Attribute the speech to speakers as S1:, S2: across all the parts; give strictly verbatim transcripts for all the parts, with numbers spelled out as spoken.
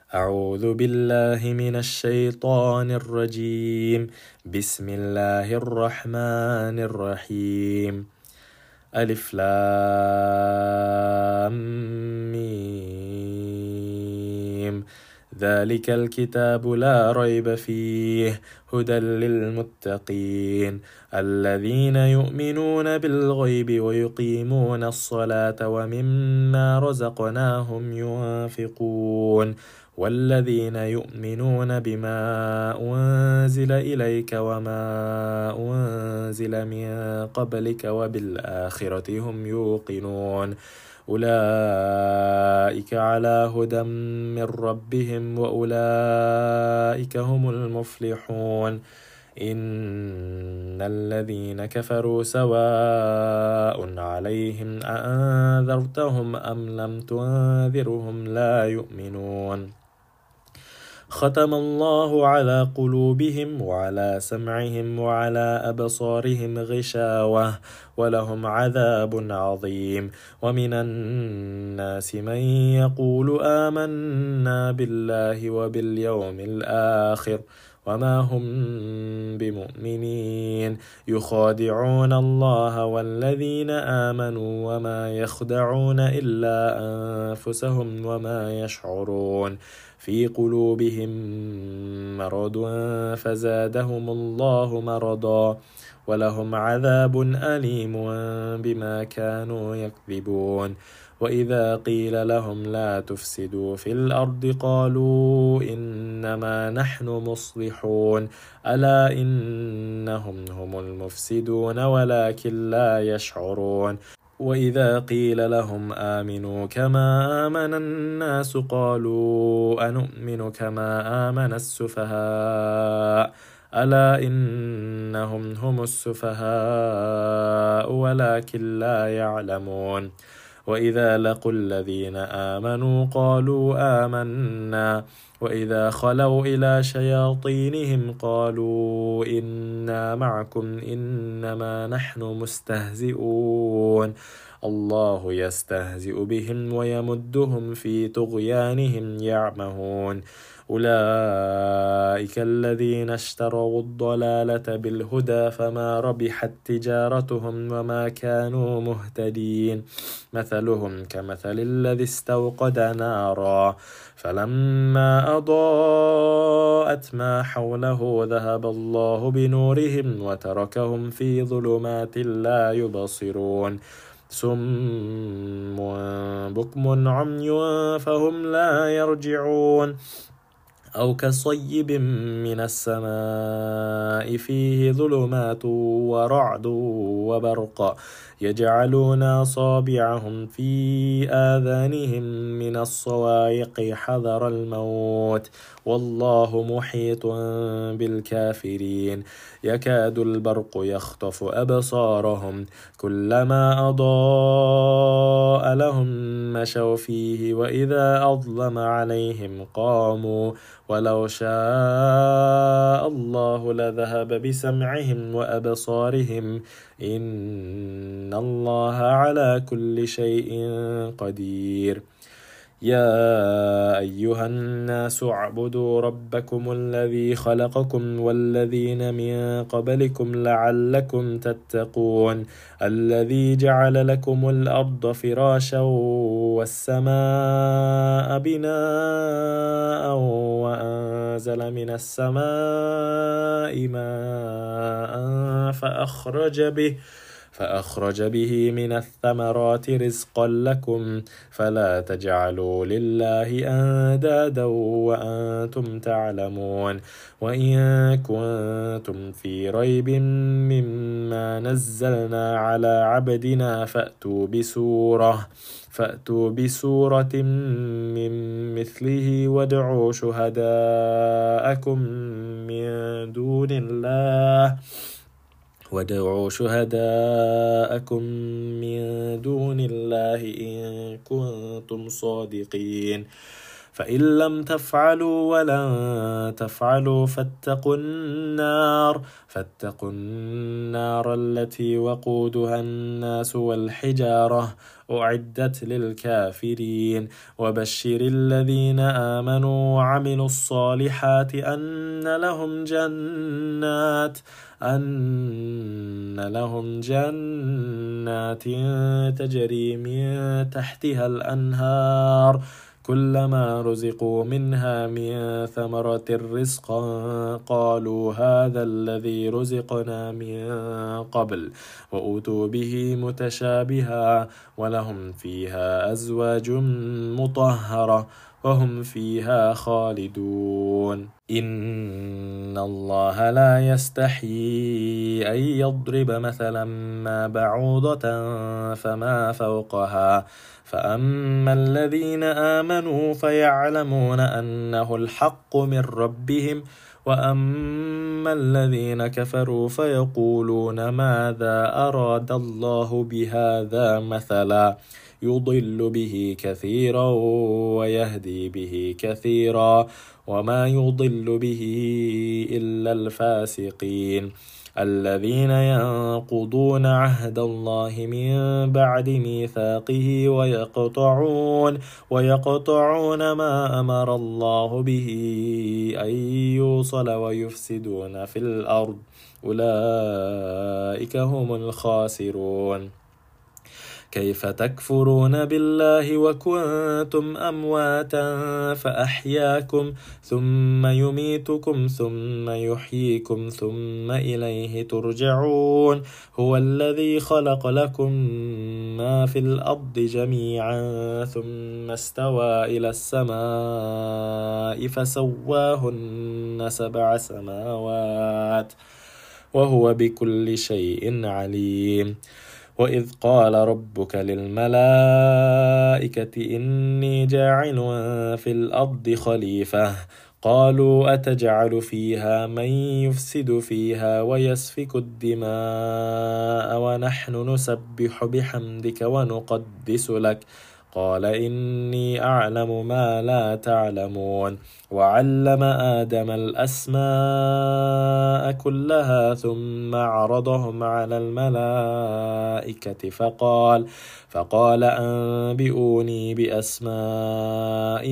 S1: أعوذ بالله من الشيطان الرجيم. بسم الله الرحمن الرحيم. ألف لام ميم. ذلك الكتاب لا ريب فيه هدى للمتقين الذين يؤمنون بالغيب ويقيمون الصلاة ومما رزقناهم ينفقون والذين يؤمنون بما أنزل إليك وما أنزل من قبلك وبالآخرة هم يوقنون أولئك على هدى من ربهم وأولئك هم المفلحون. إن الذين كفروا سواء عليهم أأنذرتهم أم لم تنذرهم لا يؤمنون. ختم الله على قلوبهم وعلى سمعهم وعلى أبصارهم غشاوة ولهم عذاب عظيم. ومن الناس من يقول آمنا بالله وباليوم الآخر وما هم بمؤمنين يخادعون الله والذين آمنوا وما يخدعون إلا أنفسهم وما يشعرون. في قلوبهم مرض فزادهم الله مرضا ولهم عذاب أليم بما كانوا يكذبون. وإذا قيل لهم لا تفسدوا في الأرض قالوا إنما نحن مصلحون ألا إنهم هم المفسدون ولكن لا يشعرون. وإذا قيل لهم آمنوا كما آمن الناس قالوا أنؤمن كما آمن السفهاء ألا إنهم هم السفهاء ولكن لا يعلمون. وإذا لقوا الذين آمنوا قالوا آمنا وإذا خلوا إلى شياطينهم قالوا إنا معكم إنما نحن مستهزئون الله يستهزئ بهم ويمدهم في طغيانهم يعمهون. أولئك الذين اشتروا الضلالة بالهدى فما ربحت تجارتهم وما كانوا مهتدين. مثلهم كمثل الذي استوقد نارا فلما أضاءت ما حوله ذهب الله بنورهم وتركهم في ظلمات لا يبصرون صم بكم عمي فهم لا يرجعون. أو كصيب من السماء فيه ظلمات ورعد وبرق يجعلون أصابعهم في آذانهم من الصواعق حذر الموت والله محيط بالكافرين. يكاد البرق يخطف أبصارهم كلما أضاء لهم مشوا فيه وإذا أظلم عليهم قاموا ولو شاء الله لذهب بسمعهم وأبصارهم إن الله على كل شيء قدير. يا أيها الناس اعبدوا ربكم الذي خلقكم والذين من قبلكم لعلكم تتقون الذي جعل لكم الأرض فراشا والسماء بناء وأنزل من السماء ماء فأخرج به فأخرج به من الثمرات رزقا لكم فلا تجعلوا لله أندادا وأنتم تعلمون. وإن كنتم في ريب مما نزلنا على عبدنا فأتوا بسورة فأتوا بسورة من مثله وادعوا شهداءكم من دون الله وادعوا شهداءكم من دون الله إن كنتم صادقين. فإن لم تفعلوا ولن تفعلوا فاتقوا النار فاتقوا النار التي وقودها الناس والحجارة أعدت للكافرين وبشر الذين آمنوا وعملوا الصالحات أن لهم جنات أن لهم جنات تجري من تحتها الأنهار كلما رزقوا منها من ثمرة رزقا قالوا هذا الذي رزقنا من قبل وأتوا به متشابها ولهم فيها أزواج مطهرة وهم فيها خالدون إن الله لا يستحيي أن يضرب مثلا ما بعوضة فما فوقها فأما الذين آمنوا فيعلمون أنه الحق من ربهم وأما الذين كفروا فيقولون ماذا أراد الله بهذا مثلا يضل به كثيرا ويهدي به كثيرا وما يضل به إلا الفاسقين الذين ينقضون عهد الله من بعد ميثاقه ويقطعون ويقطعون ما أمر الله به أن يوصل ويفسدون في الأرض أولئك هم الخاسرون كيف تكفرون بالله وكنتم أمواتا فأحياكم ثم يميتكم ثم يحييكم ثم إليه ترجعون هو الذي خلق لكم ما في الأرض جميعا ثم استوى إلى السماء فسواهن سبع سماوات وهو بكل شيء عليم وإذ قال ربك للملائكة إني جاعل في الأرض خليفة قالوا أتجعل فيها من يفسد فيها ويسفك الدماء ونحن نسبح بحمدك ونقدس لك قال إني أعلم ما لا تعلمون وعلم آدم الأسماء كلها ثم عرضهم على الملائكة فقال فقال أنبئوني بأسماء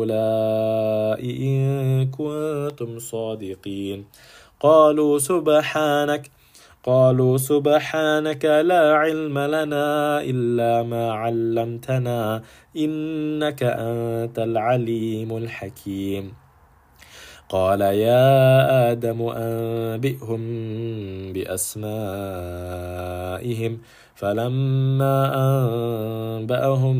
S1: هؤلاء إن كنتم صادقين قالوا سبحانك قالوا سبحانك لا علم لنا إلا ما علمتنا إنك أنت العليم الحكيم قال يا آدم أنبئهم بأسمائهم فلما أنبأهم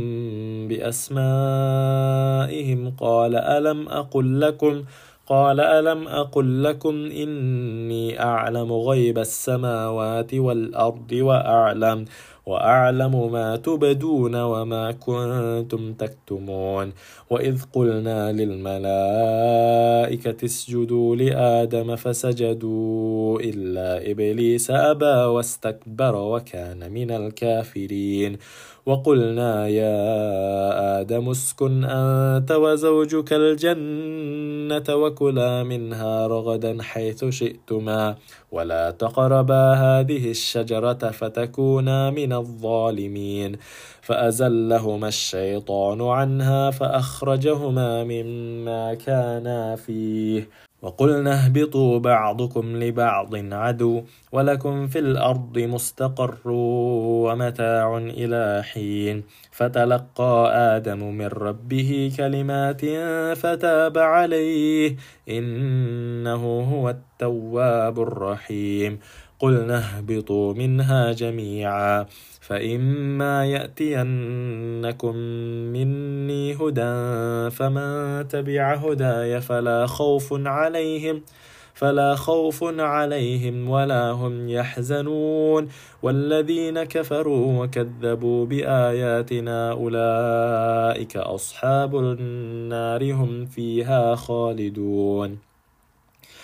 S1: بأسمائهم قال ألم أقل لكم قال ألم أقل لكم إني أعلم غيب السماوات والأرض وأعلم وأعلم ما تبدون وما كنتم تكتمون وإذ قلنا للملائكة اسجدوا لآدم فسجدوا إلا إبليس أبى واستكبر وكان من الكافرين وقلنا يا آدم اسكن أنت وزوجك الجنة وكلا منها رغدا حيث شئتما ولا تقربا هذه الشجرة فتكونا من الظالمين فأزلهما الشيطان عنها فأخرجهما مما كانا فيه وقلنا اهبطوا بعضكم لبعض عدو ولكم في الأرض مستقر ومتاع إلى حين فتلقى آدم من ربه كلمات فتاب عليه إنه هو التواب الرحيم قلنا اهبطوا منها جميعا فإما يأتينكم مني هدى فمن تبع هداي فلا خوف عليهم فلا خوف عليهم ولا هم يحزنون والذين كفروا وكذبوا بآياتنا أولئك أصحاب النار هم فيها خالدون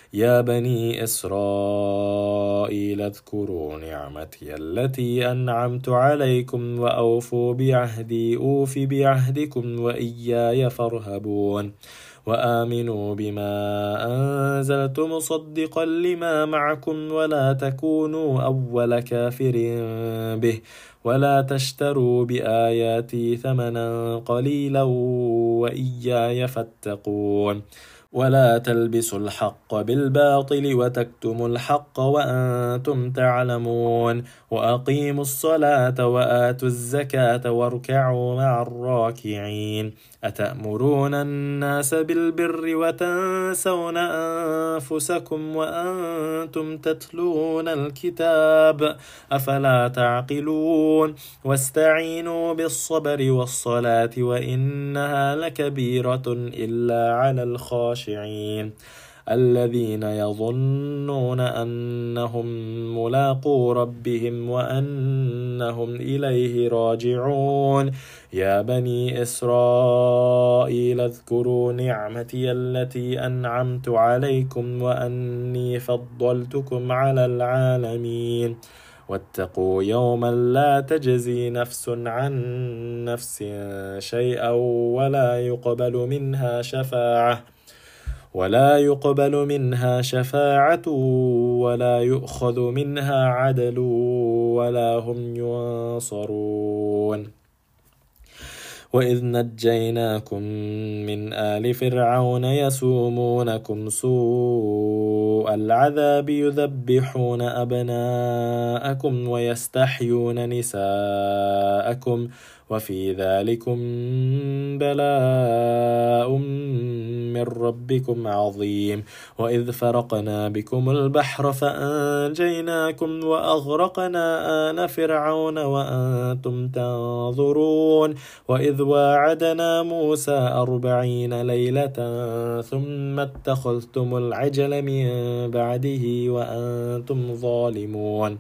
S1: يا بني إسرائيل اذكروا نعمتي التي أنعمت عليكم وأوفوا بعهدي أوف بعهدكم وإياي فارهبون وآمنوا بما أنزلت مصدقا لما معكم ولا تكونوا أول كافر به ولا تشتروا بآياتي ثمنا قليلا وإياي فاتقون ولا تلبسوا الحق بالباطل وتكتموا الحق وأنتم تعلمون وأقيموا الصلاة وآتوا الزكاة واركعوا مع الراكعين أتأمرون الناس بالبر وتنسون أنفسكم وأنتم تتلون الكتاب أفلا تعقلون واستعينوا بالصبر والصلاة وإنها لكبيرة إلا على الخاشعين الذين يظنون أنهم ملاقو ربهم وأنهم إليه راجعون يا بني إسرائيل اذكروا نعمتي التي أنعمت عليكم وأني فضلتكم على العالمين واتقوا يوما لا تجزي نفس عن نفس شيئا ولا يقبل منها شفاعة ولا يقبل منها شفاعة ولا يؤخذ منها عدل ولا هم ينصرون وإذ نجيناكم من آل فرعون يسومونكم سوء العذاب يذبحون أبناءكم ويستحيون نساءكم وفي ذلكم بلاء من ربكم عظيم وإذ فرقنا بكم البحر فأنجيناكم وأغرقنا آل فرعون وأنتم تنظرون وإذ واعدنا موسى أربعين ليلة ثم اتخذتم العجل من بعده وأنتم ظالمون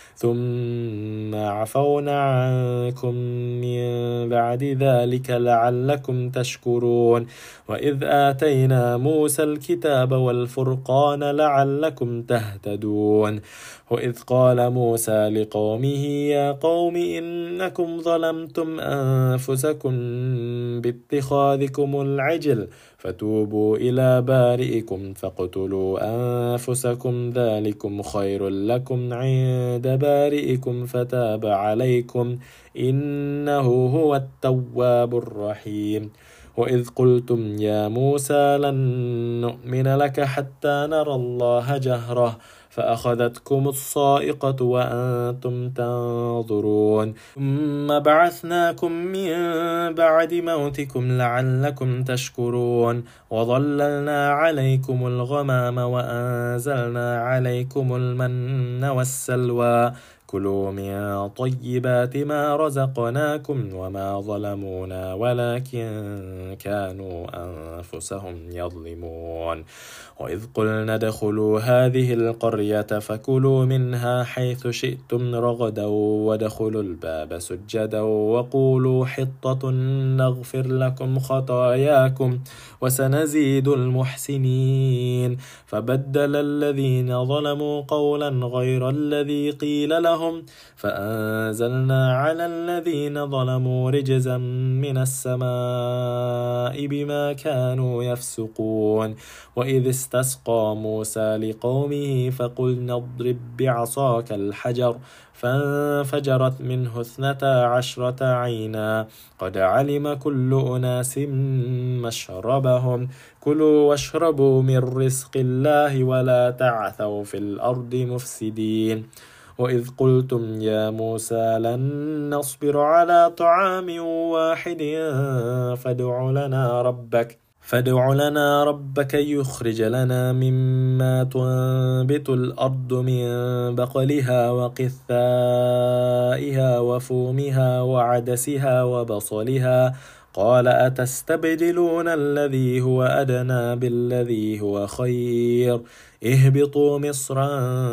S1: ثم عفونا عنكم من بعد ذلك لعلكم تشكرون وإذ آتينا موسى الكتاب والفرقان لعلكم تهتدون وإذ قال موسى لقومه يا قوم إنكم ظلمتم أنفسكم باتخاذكم العجل فتوبوا إلى بارئكم فاقتلوا أنفسكم ذلكم خير لكم عند بارئكم فتاب عليكم إنه هو التواب الرحيم وإذ قلتم يا موسى لن نؤمن لك حتى نرى الله جهرة فأخذتكم الصائقة وأنتم تنظرون ثم بعثناكم من بعد موتكم لعلكم تشكرون وظللنا عليكم الغمام وأنزلنا عليكم المن والسلوى كلوا من طيبات ما رزقناكم وما ظلمونا ولكن كانوا أنفسهم يظلمون وإذ قلنا ادخلوا هذه القرية فكلوا منها حيث شئتم رغدا وادخلوا الباب سجدا وقولوا حطة نغفر لكم خطاياكم وسنزيد المحسنين فبدل الذين ظلموا قولا غير الذي قيل لهم فأنزلنا على الذين ظلموا رجزا من السماء بما كانوا يفسقون وإذ استسقى موسى لقومه فقلنا اضرب بعصاك الحجر فانفجرت منه اثنتا عشرة عينا قد علم كل أناس مشربهم كلوا واشربوا من رزق الله ولا تعثوا في الأرض مفسدين وإذ قلتم يا موسى لن نصبر على طعام واحد فادع لنا ربك فادع لنا ربك يخرج لنا مما تنبت الأرض من بقلها وقثائها وفومها وعدسها وبصلها قال أتستبدلون الذي هو أدنى بالذي هو خير اهبطوا مصرا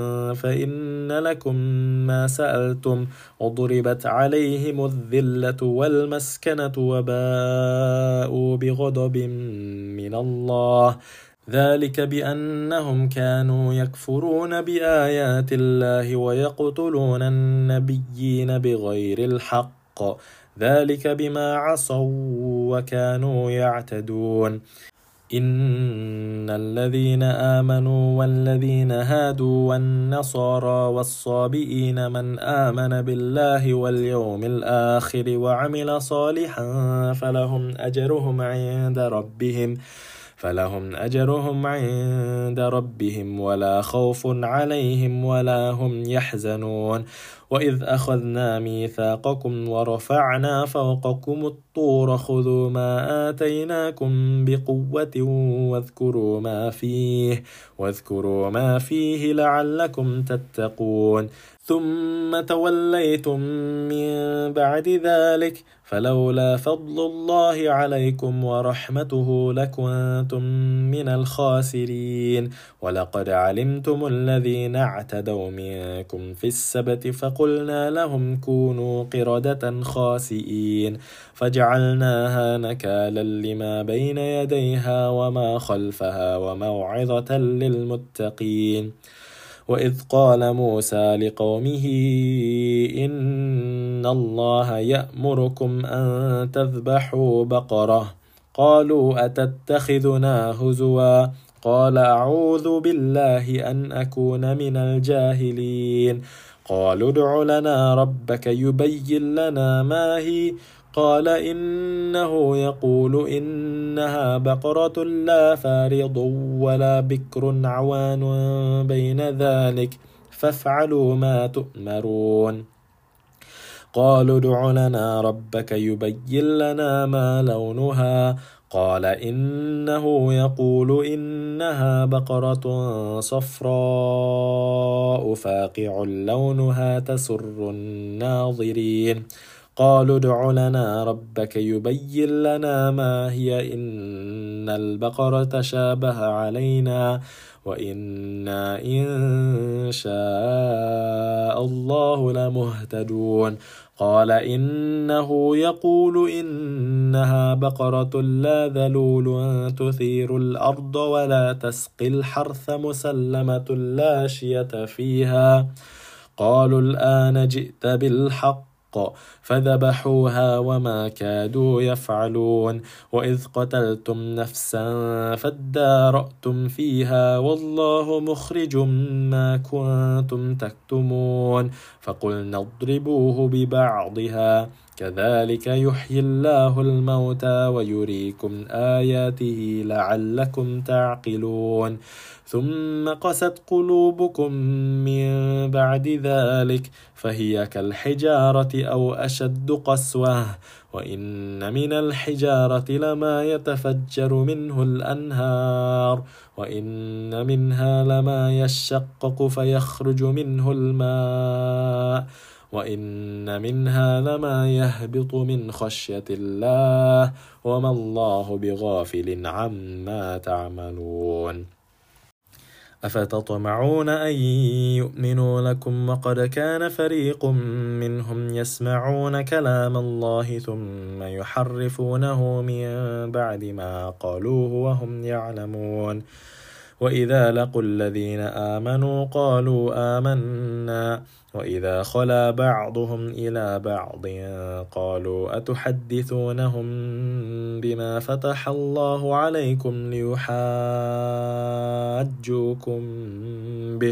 S1: فإن لكم ما سألتم وضربت عليهم الذلة والمسكنة وباءوا بغضب من الله ذلك بأنهم كانوا يكفرون بآيات الله ويقتلون النبيين بغير الحق، ذلك بما عصوا وكانوا يعتدون. إن الذين آمنوا والذين هادوا والنصارى والصابئين من آمن بالله واليوم الآخر وعمل صالحا فلهم أجرهم عند ربهم فلهم أجرهم عند ربهم ولا خوف عليهم ولا هم يحزنون. وإذ أخذنا ميثاقكم ورفعنا فوقكم الطور خذوا ما آتيناكم بقوة واذكروا ما فيه واذكروا ما فيه لعلكم تتقون. ثم توليتم من بعد ذلك فلولا فضل الله عليكم ورحمته لكنتم من الخاسرين. ولقد علمتم الذين اعتدوا منكم في السبت فقلنا لهم كونوا قردة خاسئين فجعلناها نكالا لما بين يديها وما خلفها وموعظة للمتقين. وإذ قال موسى لقومه إن الله يأمركم أن تذبحوا بقرة قالوا أتتخذنا هزوا قال أعوذ بالله أن أكون من الجاهلين. قالوا ادع لنا ربك يبين لنا ما هي قال إنه يقول إنها بقرة لا فارض ولا بكر عوان بين ذلك فافعلوا ما تؤمرون. قالوا ادع لنا ربك يبين لنا ما لونها قال إنه يقول إنها بقرة صفراء فاقع لونها تسر الناظرين. قالوا ادع لنا ربك يبين لنا ما هي إن البقرة شابه علينا وإنا إن شاء الله لمهتدون. قال إنه يقول إنها بقرة لا ذلول تثير الأرض ولا تسقي الحرث مسلمة لا شية فيها. قالوا الآن جئت بالحق فذبحوها وما كادوا يفعلون. وإذ قتلتم نفسا فادارأتم فيها والله مخرج ما كنتم تكتمون. فقلنا اضربوه ببعضها كذلك يحيي الله الموتى ويريكم آياته لعلكم تعقلون. ثم قست قلوبكم من بعد ذلك فهي كالحجارة أو أشد قسوة وإن من الحجارة لما يتفجر منه الأنهار وإن منها لما يشقق فيخرج منه الماء وإن منها لما يهبط من خشية الله وما الله بغافل عما تعملون. أفتطمعون أن يؤمنوا لكم وقد كان فريق منهم يسمعون كلام الله ثم يحرفونه من بعد ما قالوه وهم يعلمون. وإذا لقوا الذين آمنوا قالوا آمنا وإذا خلا بعضهم إلى بعض قالوا أتحدثونهم بما فتح الله عليكم ليحاجوكم به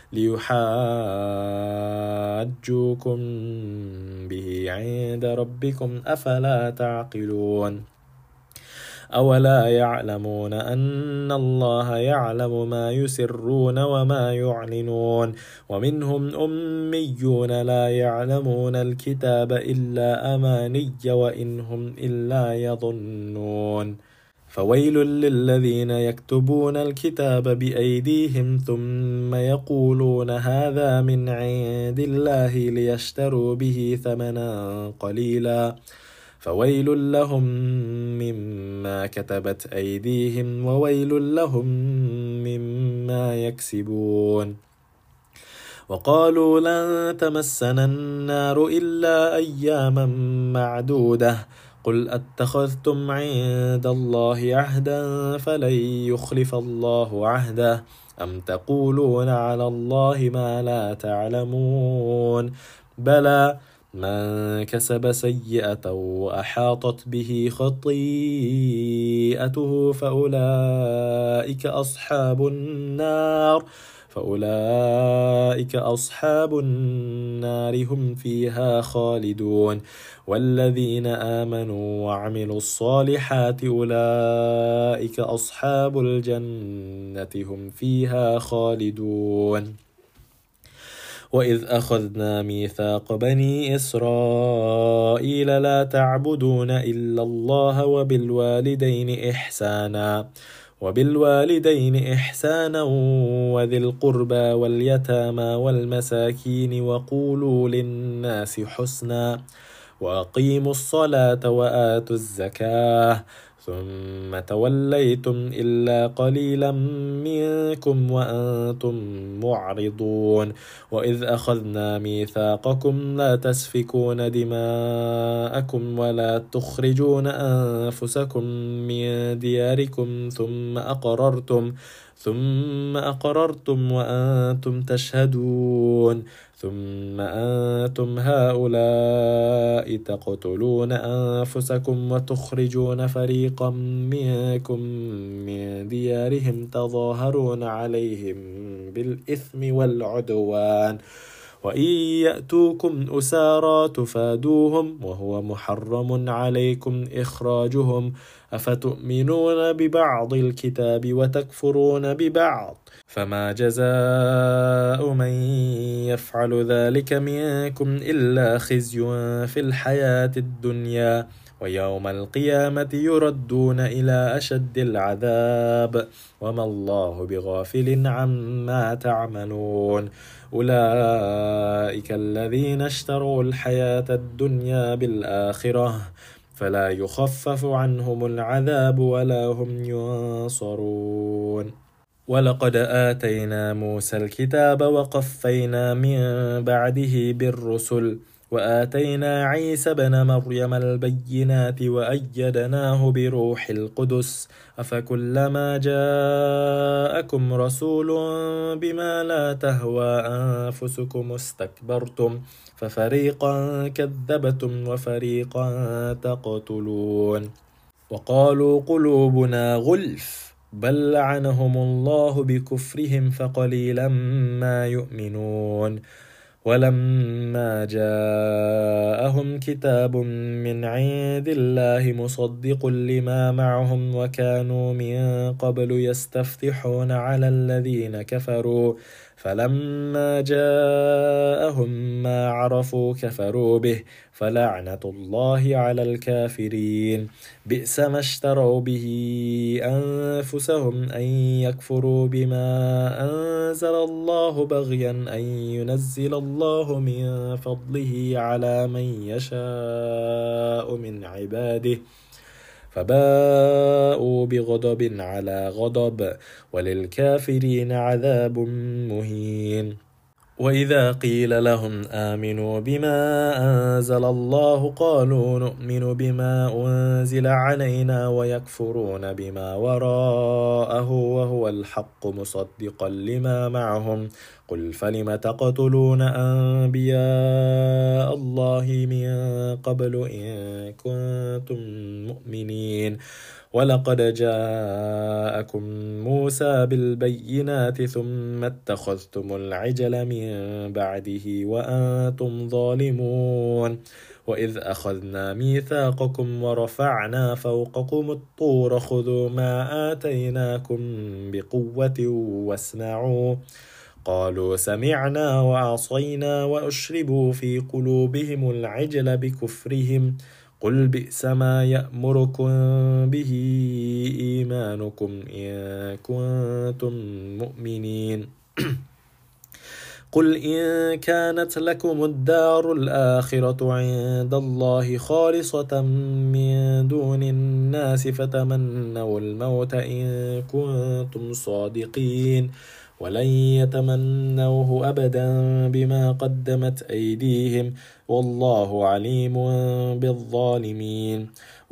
S1: ليحاجوكم به عند ربكم أفلا تعقلون. أولا يعلمون أن الله يعلم ما يسرون وما يعلنون. ومنهم أميون لا يعلمون الكتاب إلا أماني وإنهم إلا يظنون. فويل للذين يكتبون الكتاب بأيديهم ثم يقولون هذا من عند الله ليشتروا به ثمنا قليلا فويل لهم مما كتبت أيديهم وويل لهم مما يكسبون. وقالوا لن تمسنا النار إلا أياما معدودة قل أتخذتم عند الله عهدا فلن يخلف الله عهده أم تقولون على الله ما لا تعلمون بلى من كسب سيئة وأحاطت به خطيئته فأولئك أصحاب النار فأولئك أصحاب النار هم فيها خالدون والذين آمنوا وعملوا الصالحات أولئك أصحاب الجنة هم فيها خالدون وإذ أخذنا ميثاق بني إسرائيل لا تعبدون إلا الله وبالوالدين إحسانا وبالوالدين إحسانا وذي القربى واليتامى والمساكين وقولوا للناس حسنا وأقيموا الصلاة وآتوا الزكاة ثم توليتم إلا قليلا منكم وأنتم معرضون وإذ أخذنا ميثاقكم لا تسفكون دماءكم ولا تخرجون أنفسكم من دياركم ثم أقررتم ثم أقررتم وأنتم تشهدون ثم أنتم هؤلاء تقتلون أنفسكم وتخرجون فريقا منكم من ديارهم تظاهرون عليهم بالإثم والعدوان وإن يأتوكم أسارى تفادوهم وهو محرم عليكم إخراجهم أفتؤمنون ببعض الكتاب وتكفرون ببعض فما جزاء من يفعل ذلك منكم إلا خزي في الحياة الدنيا ويوم القيامة يردون إلى أشد العذاب وما الله بغافل عما تعملون أولئك الذين اشتروا الحياة الدنيا بالآخرة فلا يخفف عنهم العذاب ولا هم ينصرون ولقد آتينا موسى الكتاب وقفينا من بعده بالرسل وآتينا عيسى بن مريم البينات وأيدناه بروح القدس أفكلما جاءكم رسول بما لا تهوى أنفسكم استكبرتم ففريقا كذبتم وفريقا تقتلون وقالوا قلوبنا غلف بل لعنهم الله بكفرهم فقليلا ما يؤمنون ولما جاءهم كتاب من عند الله مصدق لما معهم وكانوا من قبل يستفتحون على الذين كفروا فلما جاءهم ما عرفوا كفروا به فلعنة الله على الكافرين بئس ما اشتروا به أنفسهم أن يكفروا بما أنزل الله بغيا أن ينزل الله من فضله على من يشاء من عباده فباءوا بغضب على غضب وللكافرين عذاب مهين وإذا قيل لهم آمنوا بما أنزل الله قالوا نؤمن بما أنزل علينا ويكفرون بما وراءه وهو الحق مصدقا لما معهم قل فلم تقتلون أنبياء الله من قبل إن كنتم مؤمنين ولقد جاءكم موسى بالبينات ثم اتخذتم العجل من بعده وأنتم ظالمون وإذ أخذنا ميثاقكم ورفعنا فوقكم الطور خذوا ما آتيناكم بقوة واسمعوا قالوا سمعنا وعصينا وأشربوا في قلوبهم العجل بكفرهم قل بئس ما يأمركم به إيمانكم إن كنتم مؤمنين قل إن كانت لكم الدار الآخرة عند الله خالصة من دون الناس فتمنوا الموت إن كنتم صادقين ولن يتمنوه أبدا بما قدمت أيديهم والله عليم بالظالمين.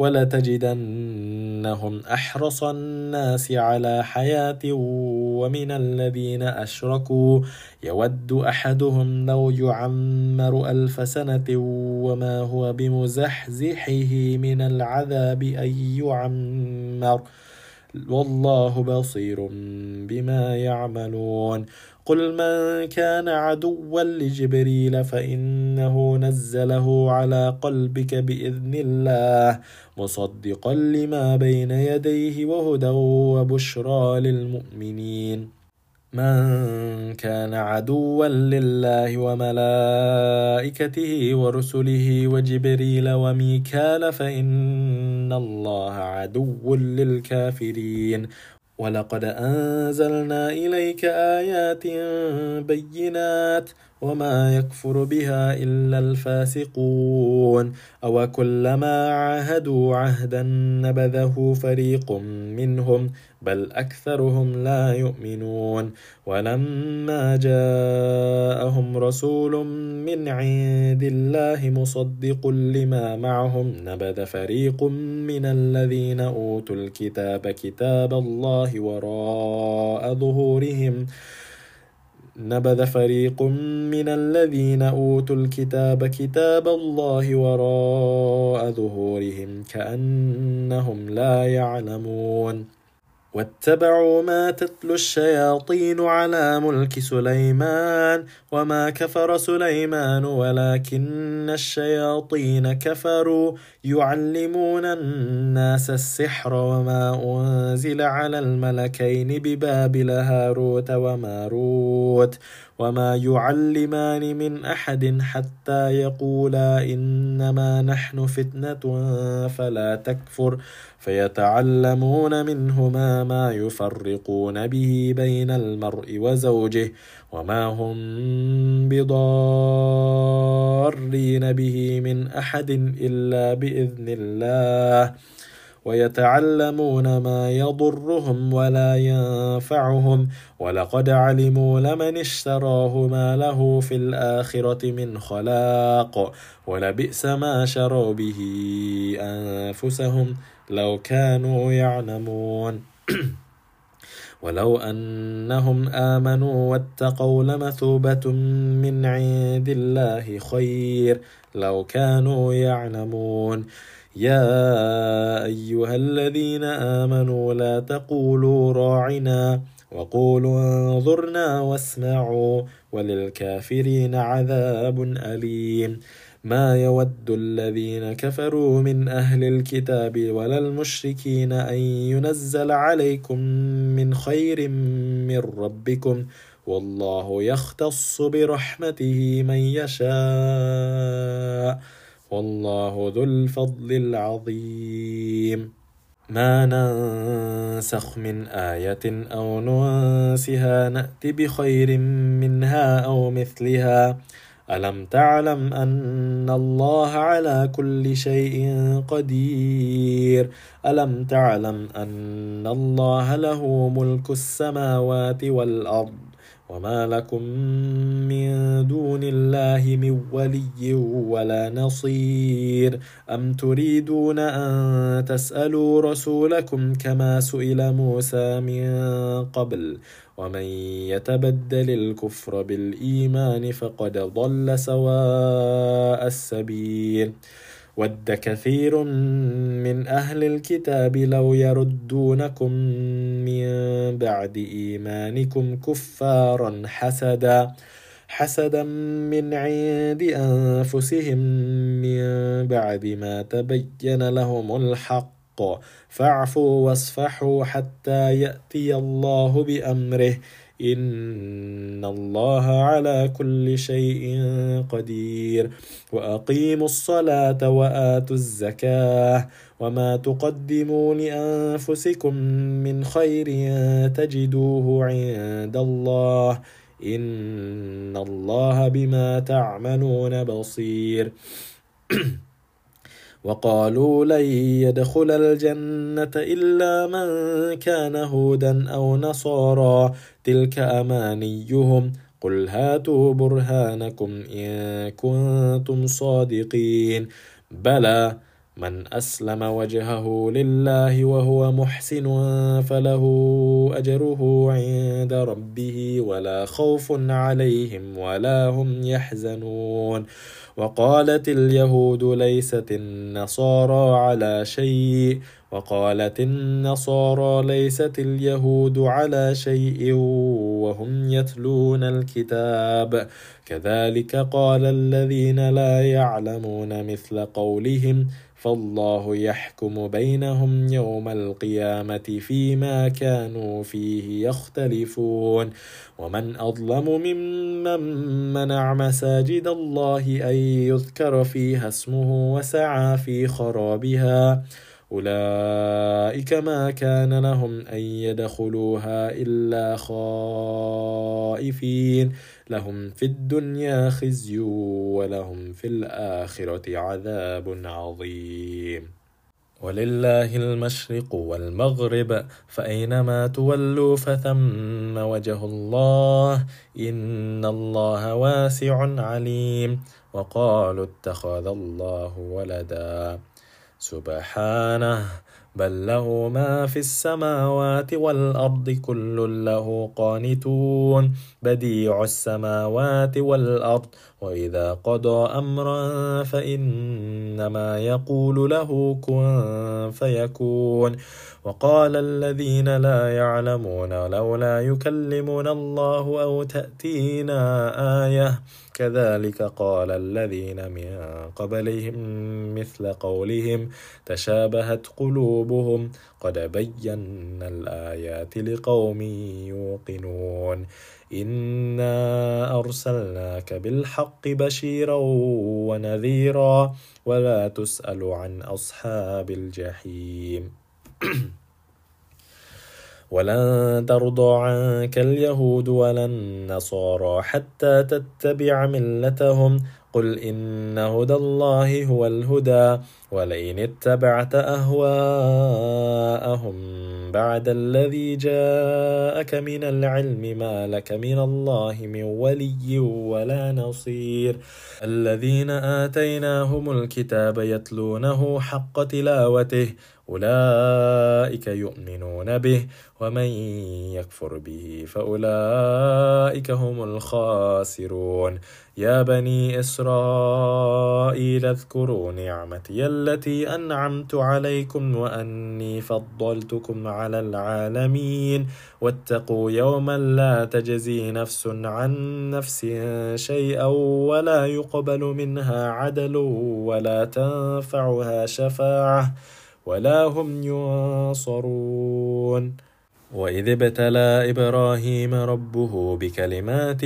S1: ولتجدنهم أحرص الناس على حياة ومن الذين أشركوا يود أحدهم لو يعمر ألف سنة وما هو بمزحزحه من العذاب أن يعمر والله بصير بما يعملون. قل من كان عدوا لجبريل فإنه نزله على قلبك بإذن الله مصدقا لما بين يديه وهدى وبشرى للمؤمنين. من كان عدوا لله وملائكته ورسله وجبريل وميكال فإن الله عدو للكافرين. ولقد أنزلنا إليك آيات بينات وما يكفر بها إلا الفاسقون. أو كلما عاهدوا عهدا نبذه فريق منهم بل أكثرهم لا يؤمنون. ولما جاءهم رسول من عند الله مصدق لما معهم نبذ فريق من الذين أوتوا الكتاب كتاب الله وراء ظهورهم نبذ فريق من الذين أوتوا الكتاب كتاب الله وراء ظهورهم كأنهم لا يعلمون. واتبعوا ما تتلو الشياطين على ملك سليمان وما كفر سليمان ولكن الشياطين كفروا يعلمون الناس السحر وما أنزل على الملكين ببابل هاروت وماروت وما يعلمان من أحد حتى يقولا إنما نحن فتنة فلا تكفر فيتعلمون منهما ما يفرقون به بين المرء وزوجه وما هم بضارين به من أحد إلا بإذن الله ويتعلمون ما يضرهم ولا ينفعهم ولقد علموا لمن اشتراه ما له في الآخرة من خلاق ولبئس ما شروا به أنفسهم لو كانوا يعلمون. ولو أنهم آمنوا واتقوا لمثوبة من عند الله خير لو كانوا يعلمون. يا أيها الذين آمنوا لا تقولوا راعنا وقولوا انظرنا واسمعوا وللكافرين عذاب أليم. ما يود الذين كفروا من أهل الكتاب ولا المشركين أن ينزل عليكم من خير من ربكم والله يختص برحمته من يشاء والله ذو الفضل العظيم. ما ننسخ من آية أو ننسها نأت بخير منها أو مثلها ألم تعلم أن الله على كل شيء قدير ألم تعلم أن الله له ملك السماوات والأرض وما لكم من دون الله من ولي ولا نصير أم تريدون أن تسألوا رسولكم كما سئل موسى من قبل ومن يتبدل الكفر بالإيمان فقد ضل سواء السبيل. ود كثير من أهل الكتاب لو يردونكم من بعد إيمانكم كفارا حسدا حسدا من عند أنفسهم من بعد ما تبين لهم الحق فاعفوا واصفحوا حتى يأتي الله بأمره إن الله على كل شيء قدير. وأقيموا الصلاة وآتوا الزكاة وما تقدموا لأنفسكم من خير تجدوه عند الله إن الله بما تعملون بصير. وقالوا لن يدخل الجنة إلا من كان هودا أو نصارى تلك أمانيهم قل هاتوا برهانكم إن كنتم صادقين بلى من أسلم وجهه لله وهو محسن فله أجره عند ربه ولا خوف عليهم ولا هم يحزنون وقالت اليهود ليست النصارى على شيء وقالت النصارى ليست اليهود على شيء وهم يتلون الكتاب كذلك قال الذين لا يعلمون مثل قولهم فالله يحكم بينهم يوم القيامة فيما كانوا فيه يختلفون ومن أظلم ممن منع مساجد الله أن يذكر فيها اسمه وسعى في خرابها أولئك ما كان لهم أن يدخلوها إلا خائفين لهم في الدنيا خزي ولهم في الآخرة عذاب عظيم ولله المشرق والمغرب فأينما تولوا فثم وجه الله إن الله واسع عليم وقالوا اتخذ الله ولدا سبحانه بل له ما في السماوات والأرض كل له قانتون بديع السماوات والأرض وإذا قضى أمرا فإنما يقول له كن فيكون وقال الذين لا يعلمون لولا يكلمنا الله أو تأتينا آية كذلك قال الذين من قبلهم مثل قولهم تشابهت قلوبهم قد بينا الآيات لقوم يوقنون إنا أرسلناك بالحق بشيرا ونذيرا ولا تسأل عن أصحاب الجحيم ولن ترضى عنك اليهود ولا النصارى حتى تتبع ملتهم قل إن هدى الله هو الهدى ولئن اتبعت أهواءهم بعد الذي جاءك من العلم ما لك من الله من ولي ولا نصير الذين آتيناهم الكتاب يتلونه حق تلاوته أولئك يؤمنون به ومن يكفر به فأولئك هم الخاسرون يا بني إسرائيل اذكروا نعمتي التي أنعمت عليكم وأني فضلتكم على العالمين واتقوا يوما لا تجزي نفس عن نفس شيئا ولا يقبل منها عدل ولا تنفعها شفاعة ولا هم ينصرون وإذ ابتلى إبراهيم ربه بكلمات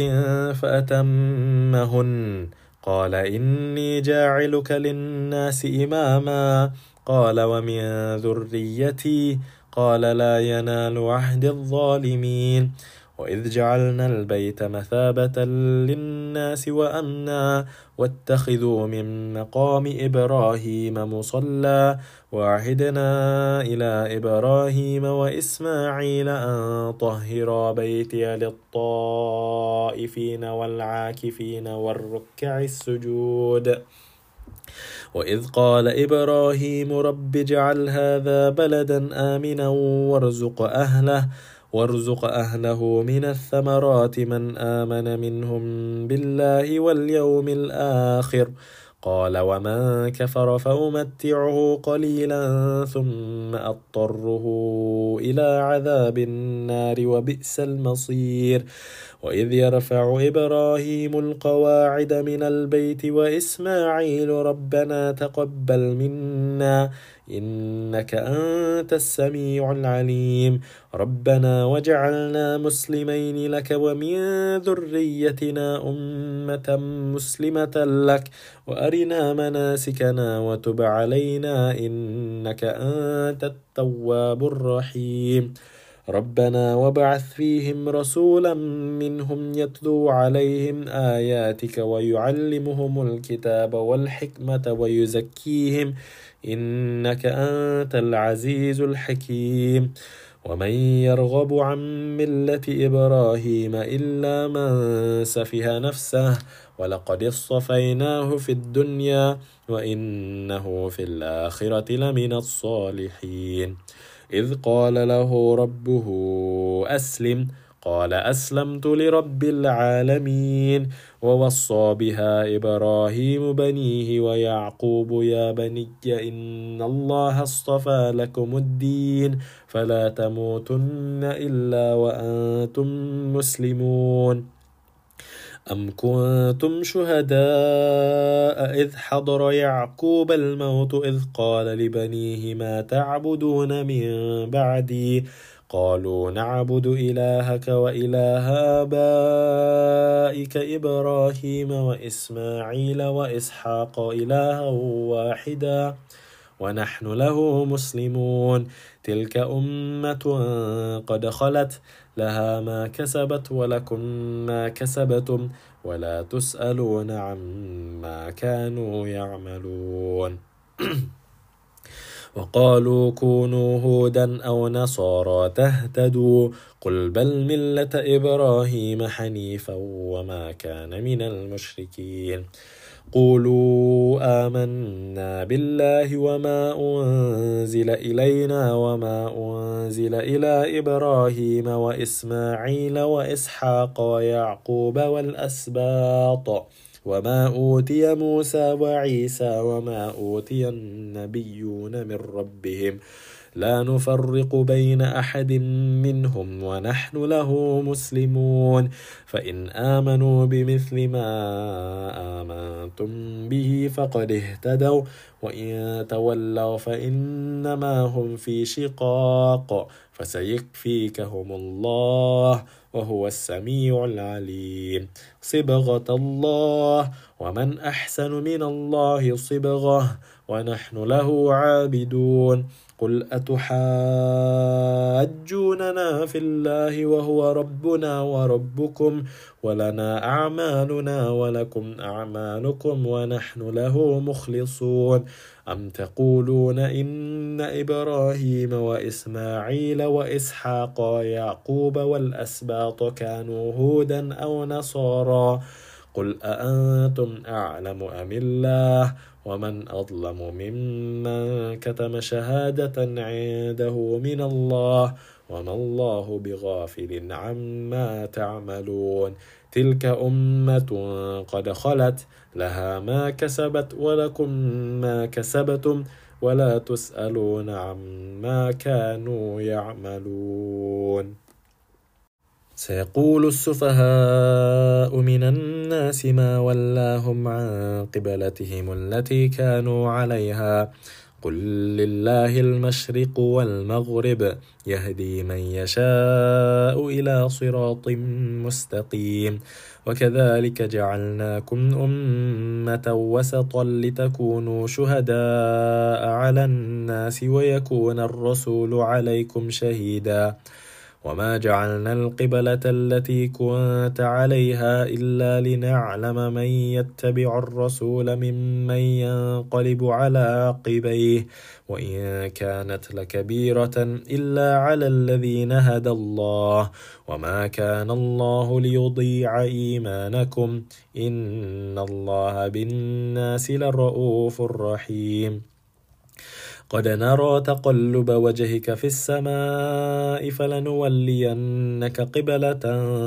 S1: فأتمهن قال إني جاعلك للناس إماما قال ومن ذريتي قال لا ينال عهد الظالمين وإذ جعلنا البيت مثابة للناس وأمنا واتخذوا من مقام إبراهيم مصلى وعهدنا إلى إبراهيم وإسماعيل أن طهرا بيتي للطائفين والعاكفين والركع السجود وإذ قال إبراهيم رب اجعل هذا بلدا آمنا وارزق أهله وارزق أهله من الثمرات من آمن منهم بالله واليوم الآخر قال ومن كفر فأمتعه قليلا ثم أضطره إلى عذاب النار وبئس المصير وإذ يرفع إبراهيم القواعد من البيت وإسماعيل ربنا تقبل منا إنك أنت السميع العليم ربنا وجعلنا مسلمين لك ومن ذريتنا أمة مسلمة لك وأرنا مناسكنا وتب علينا إنك أنت التواب الرحيم ربنا وابعث فيهم رسولا منهم يتلو عليهم آياتك ويعلمهم الكتاب والحكمة ويزكيهم إنك أنت العزيز الحكيم ومن يرغب عن ملة إبراهيم إلا من سفه نفسه ولقد اصطفيناه في الدنيا وإنه في الآخرة لمن الصالحين إذ قال له ربه أسلم قال أسلمت لرب العالمين ووصى بها إبراهيم بنيه ويعقوب يا بني إن الله اصطفى لكم الدين فلا تموتن إلا وأنتم مسلمون أم كنتم شهداء إذ حضر يعقوب الموت إذ قال لبنيه ما تعبدون من بعدي قالوا نعبد إلهك وإله آبائك إبراهيم وإسماعيل وإسحاق إلها واحدا ونحن له مسلمون تلك أمة قد خلت لها ما كسبت ولكم ما كسبتم ولا تسألون عما كانوا يعملون وقالوا كونوا هودا أو نصارى تهتدوا قل بل ملة إبراهيم حنيفا وما كان من المشركين قولوا آمنا بالله وما أنزل إلينا وما أنزل إلى إبراهيم وإسماعيل وإسحاق ويعقوب والأسباط وما أوتي موسى وعيسى وما أوتي النبيون من ربهم لا نفرق بين أحد منهم ونحن له مسلمون فإن آمنوا بمثل ما آمنتم به فقد اهتدوا وإن تولوا فإنما هم في شقاق فسيكفيكهم الله وهو السميع العليم صبغة الله ومن أحسن من الله صبغة ونحن له عابدون قل أتحاجوننا في الله وهو ربنا وربكم ولنا أعمالنا ولكم أعمالكم ونحن له مخلصون أم تقولون إن إبراهيم وإسماعيل وإسحاق ويعقوب والأسباط كانوا هودا أو نصارى قل أأنتم أعلم أم الله ومن أظلم ممن كتم شهادة عنده من الله وما الله بغافل عما تعملون تلك أمة قد خلت لها ما كسبت ولكم ما كسبتم ولا تسألون عما كانوا يعملون سيقول السفهاء من الناس ما ولاهم عن قبلتهم التي كانوا عليها قل لله المشرق والمغرب يهدي من يشاء إلى صراط مستقيم وكذلك جعلناكم أمة وسطا لتكونوا شهداء على الناس ويكون الرسول عليكم شهيدا وما جعلنا القبلة التي كنت عليها إلا لنعلم من يتبع الرسول ممن ينقلب على عقبيه وإن كانت لكبيرة إلا على الذين هدى الله وما كان الله ليضيع إيمانكم إن الله بالناس لرؤوف رحيم قد نرى تقلب وجهك في السماء فلنولينك قبلة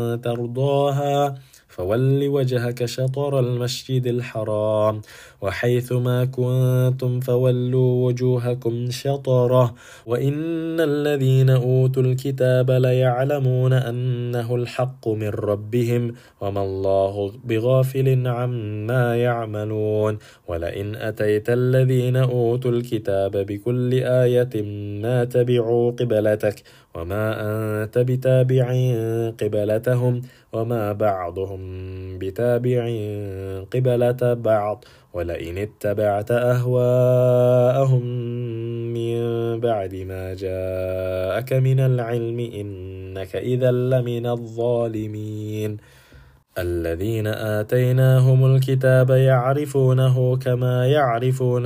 S1: ترضاها فول وجهك شطر المسجد الحرام وحيث ما كنتم فولوا وجوهكم شطره وإن الذين أوتوا الكتاب ليعلمون أنه الحق من ربهم وما الله بغافل عما يعملون ولئن أتيت الذين أوتوا الكتاب بكل آية ما تبعوا قبلتك وما أنت بتابع قبلتهم وما بعضهم بتابع قبلة بعض ولئن اتبعت أهواءهم من بعد ما جاءك من العلم إنك إذا لمن الظالمين الذين آتيناهم الكتاب يعرفونه كما يعرفون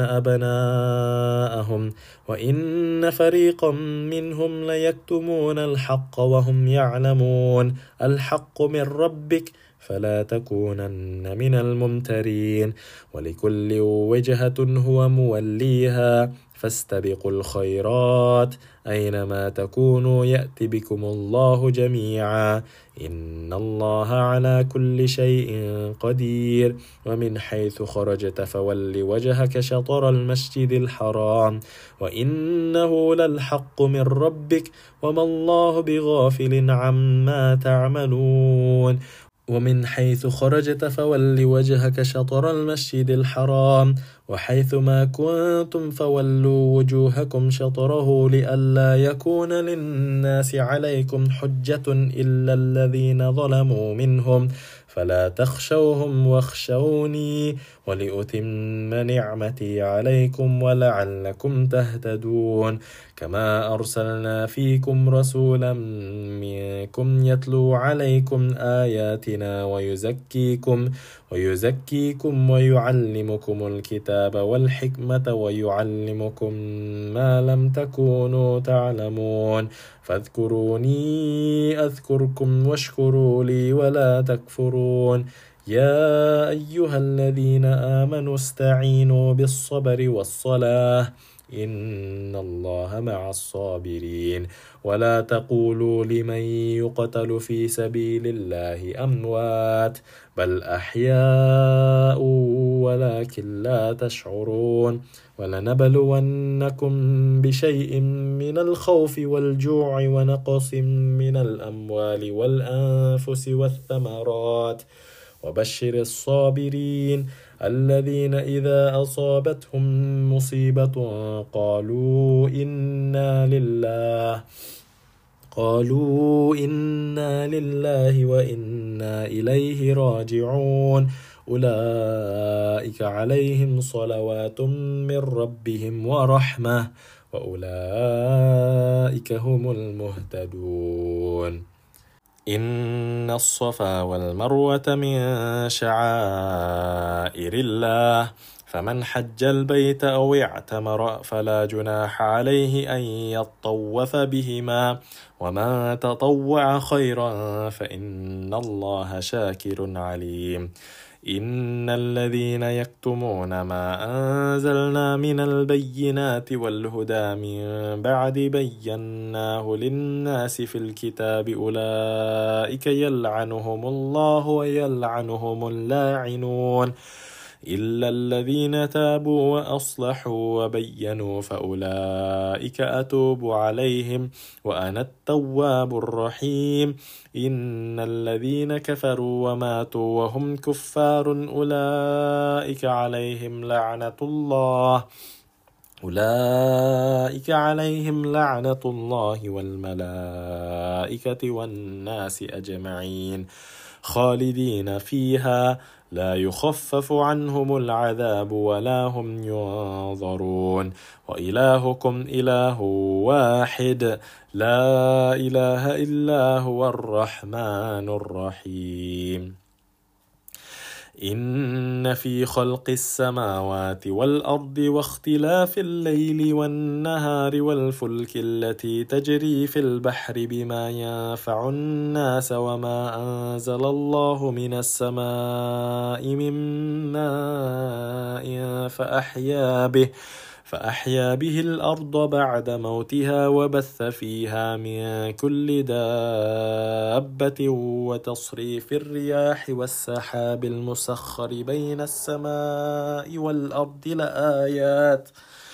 S1: أبناءهم وإن فريقا منهم ليكتمون الحق وهم يعلمون الحق من ربك فلا تكونن من الممترين ولكل وجهة هو موليها فاستبقوا الخيرات أينما تكونوا يأت بكم الله جميعا إن الله على كل شيء قدير ومن حيث خرجت فول وجهك شطر المسجد الحرام وإنه للحق من ربك وما الله بغافل عما تعملون ومن حيث خرجت فول وجهك شطر المسجد الحرام وحيث ما كنتم فولوا وجوهكم شطره لئلا يكون للناس عليكم حجة إلا الذين ظلموا منهم فلا تخشوهم واخشوني ولأتم نعمتي عليكم ولعلكم تهتدون كما أرسلنا فيكم رسولا منكم يتلو عليكم آياتنا ويزكيكم ويزكيكم ويعلمكم الكتاب والحكمة ويعلمكم ما لم تكونوا تعلمون فاذكروني أذكركم واشكروا لي ولا تكفرون يا أيها الذين آمنوا استعينوا بالصبر والصلاة إن الله مع الصابرين ولا تقولوا لمن يقتل في سبيل الله أموات بل أحياء ولكن لا تشعرون ولنبلونكم بشيء من الخوف والجوع ونقص من الأموال والأنفس والثمرات وبشر الصابرين الذين إذا أصابتهم مصيبة قالوا إنا لله قالوا إنا لله وإنا إليه راجعون أولئك عليهم صلوات من ربهم ورحمة وأولئك هم المهتدون إن الصفا والمروة من شعائر الله فمن حج البيت أو اعتمر فلا جناح عليه أن يطوف بهما ومن تطوع خيرا فإن الله شاكر عليم إن الذين يكتمون ما أنزلنا من البينات والهدى من بعد بيناه للناس في الكتاب أولئك يلعنهم الله ويلعنهم اللاعنون إلا الذين تابوا وأصلحوا وبينوا فأولئك أتوب عليهم وأنا التواب الرحيم إن الذين كفروا وماتوا وهم كفار أولئك عليهم لعنة الله أولئك عليهم لعنة الله والملائكة والناس أجمعين خالدين فيها لا يخفف عنهم العذاب ولا هم ينظرون وإلهكم إله واحد لا إله إلا هو الرحمن الرحيم إن في خلق السماوات والأرض واختلاف الليل والنهار والفلك التي تجري في البحر بما ينفع الناس وما أنزل الله من السماء من ماء فأحيا به فأحيا به الأرض بعد موتها وبث فيها من كل دابة وتصريف الرياح والسحاب المسخر بين السماء والأرض لآيات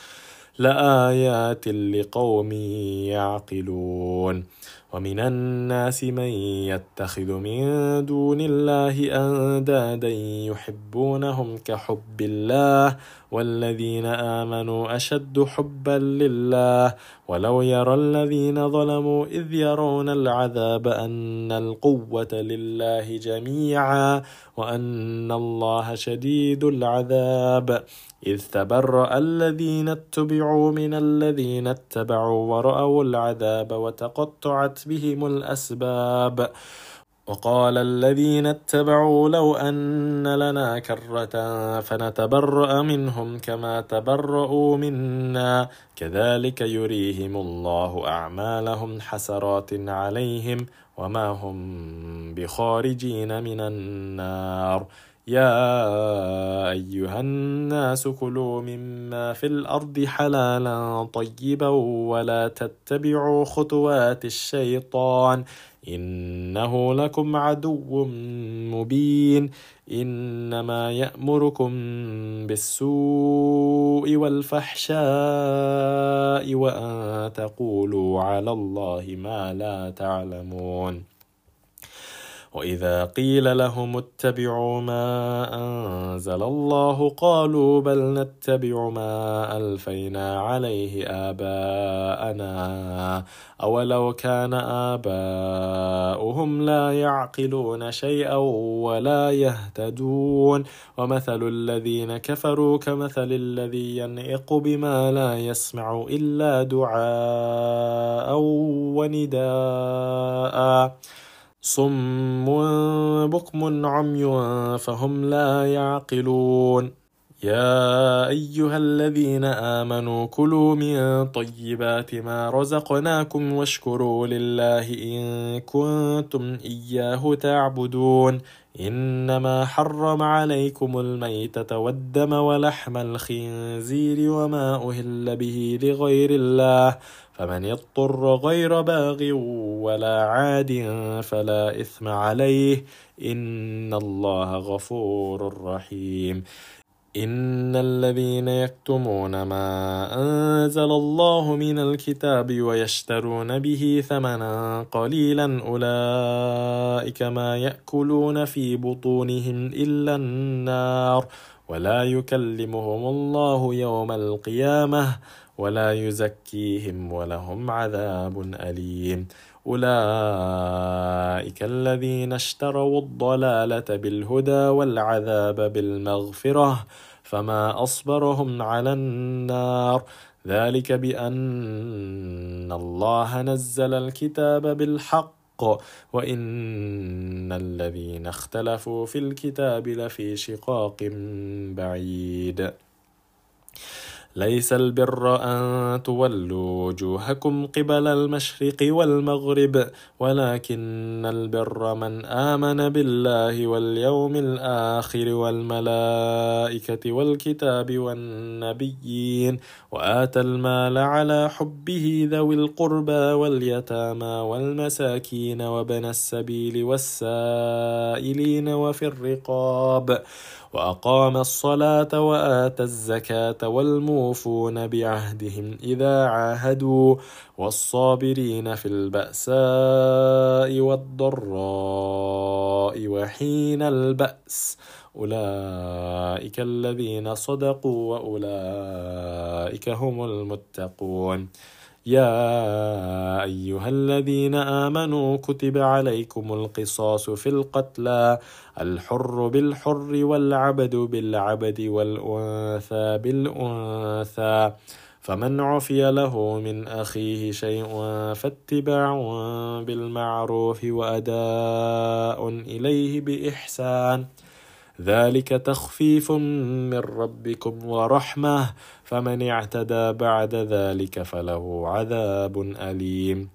S1: لآيات لقوم يعقلون ومن الناس من يتخذ من دون الله أندادا يحبونهم كحب الله والذين آمنوا أشد حبا لله ولو يرى الذين ظلموا إذ يرون العذاب أن القوة لله جميعا وأن الله شديد العذاب إذ تبرأ الذين اتبعوا من الذين اتبعوا ورأوا العذاب وتقطعت بهم الأسباب وقال الذين اتبعوا لو أن لنا كرة فنتبرأ منهم كما تبرؤوا منا كذلك يريهم الله أعمالهم حسرات عليهم وما هم بخارجين من النار يا أيها الناس كلوا مما في الأرض حلالا طيبا ولا تتبعوا خطوات الشيطان إنه لكم عدو مبين إنما يأمركم بالسوء والفحشاء وأن تقولوا على الله ما لا تعلمون وإذا قيل لهم اتبعوا ما أنزل الله قالوا بل نتبع ما ألفينا عليه آباءنا أولو كان آباؤهم لا يعقلون شيئا ولا يهتدون ومثل الذين كفروا كمثل الذي ينعق بما لا يسمع إلا دعاء ونداء صم بكم عمي فهم لا يعقلون يا أيها الذين آمنوا كلوا من طيبات ما رزقناكم واشكروا لله إن كنتم إياه تعبدون إنما حرم عليكم الميتة والدم ولحم الخنزير وما أهل به لغير الله فمن يضطر غير باغ ولا عاد فلا إثم عليه إن الله غفور رحيم إن الذين يكتمون ما أنزل الله من الكتاب ويشترون به ثمنا قليلا أولئك ما يأكلون في بطونهم إلا النار ولا يكلمهم الله يوم القيامة ولا يزكيهم ولهم عذاب أليم أولئك الذين اشتروا الضلالة بالهدى والعذاب بالمغفرة فما أصبرهم على النار ذلك بأن الله نزل الكتاب بالحق وإن الذين اختلفوا في الكتاب لفي شقاق بعيد ليس البر أن تولوا وجوهكم قبل المشرق والمغرب ولكن البر من آمن بالله واليوم الآخر والملائكة والكتاب والنبيين وآتى المال على حبه ذوي القربى واليتامى والمساكين وابن السبيل والسائلين وفي الرقاب وأقام الصلاة وآتى الزكاة والموفون بعهدهم إذا عاهدوا والصابرين في البأساء والضراء وحين البأس أولئك الذين صدقوا وأولئك هم المتقون يا أيها الذين آمنوا كتب عليكم القصاص في القتلى الحر بالحر والعبد بالعبد والأنثى بالأنثى فمن عفي له من أخيه شيء فاتباع بالمعروف وأداء إليه بإحسان ذلك تخفيف من ربكم ورحمة فمن اعتدى بعد ذلك فله عذاب أليم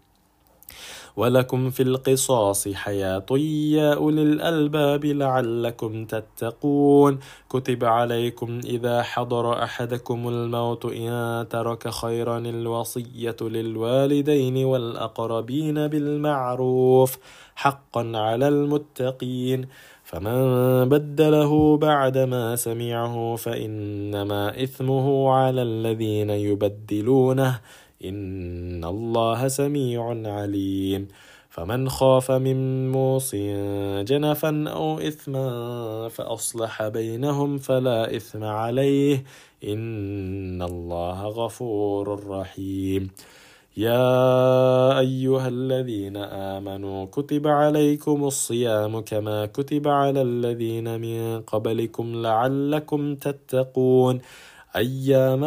S1: ولكم في القصاص حياة يا أولي الألباب لعلكم تتقون كتب عليكم إذا حضر أحدكم الموت إن ترك خيرا الوصية للوالدين والأقربين بالمعروف حقا على المتقين فمن بدله بعدما سمعه فإنما إثمه على الذين يبدلونه إن الله سميع عليم فمن خاف من موص جنفا أو إثما فأصلح بينهم فلا إثم عليه إن الله غفور رحيم يا أيها الذين آمنوا كتب عليكم الصيام كما كتب على الذين من قبلكم لعلكم تتقون أياما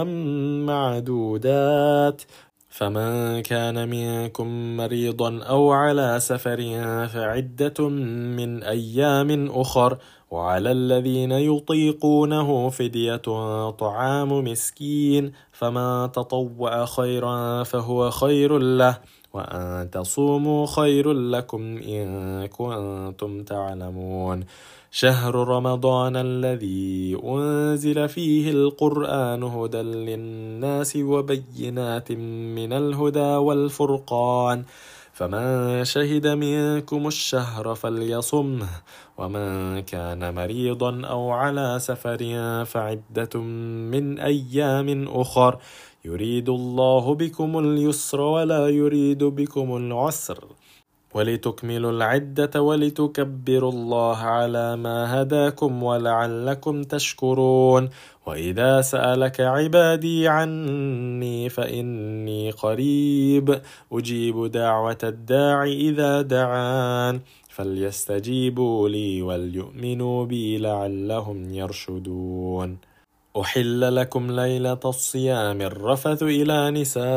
S1: معدودات فمن كان منكم مريضا أو على سفر فعدة من أيام أخر وعلى الذين يطيقونه فدية طعام مسكين فمن تطوع خيرا فهو خير له وأن تصوموا خير لكم إن كنتم تعلمون شهر رمضان الذي أنزل فيه القرآن هدى للناس وبينات من الهدى والفرقان فمن شهد منكم الشهر فليصمه ومن كان مريضا أو على سفر فعدة من أيام أخر يريد الله بكم اليسر ولا يريد بكم العسر ولتكملوا العدة ولتكبروا الله على ما هداكم ولعلكم تشكرون وإذا سألك عبادي عني فإني قريب أجيب دعوة الداع إذا دعان فليستجيبوا لي وليؤمنوا بي لعلهم يرشدون أحل لكم ليلة الصيام الرفث إلى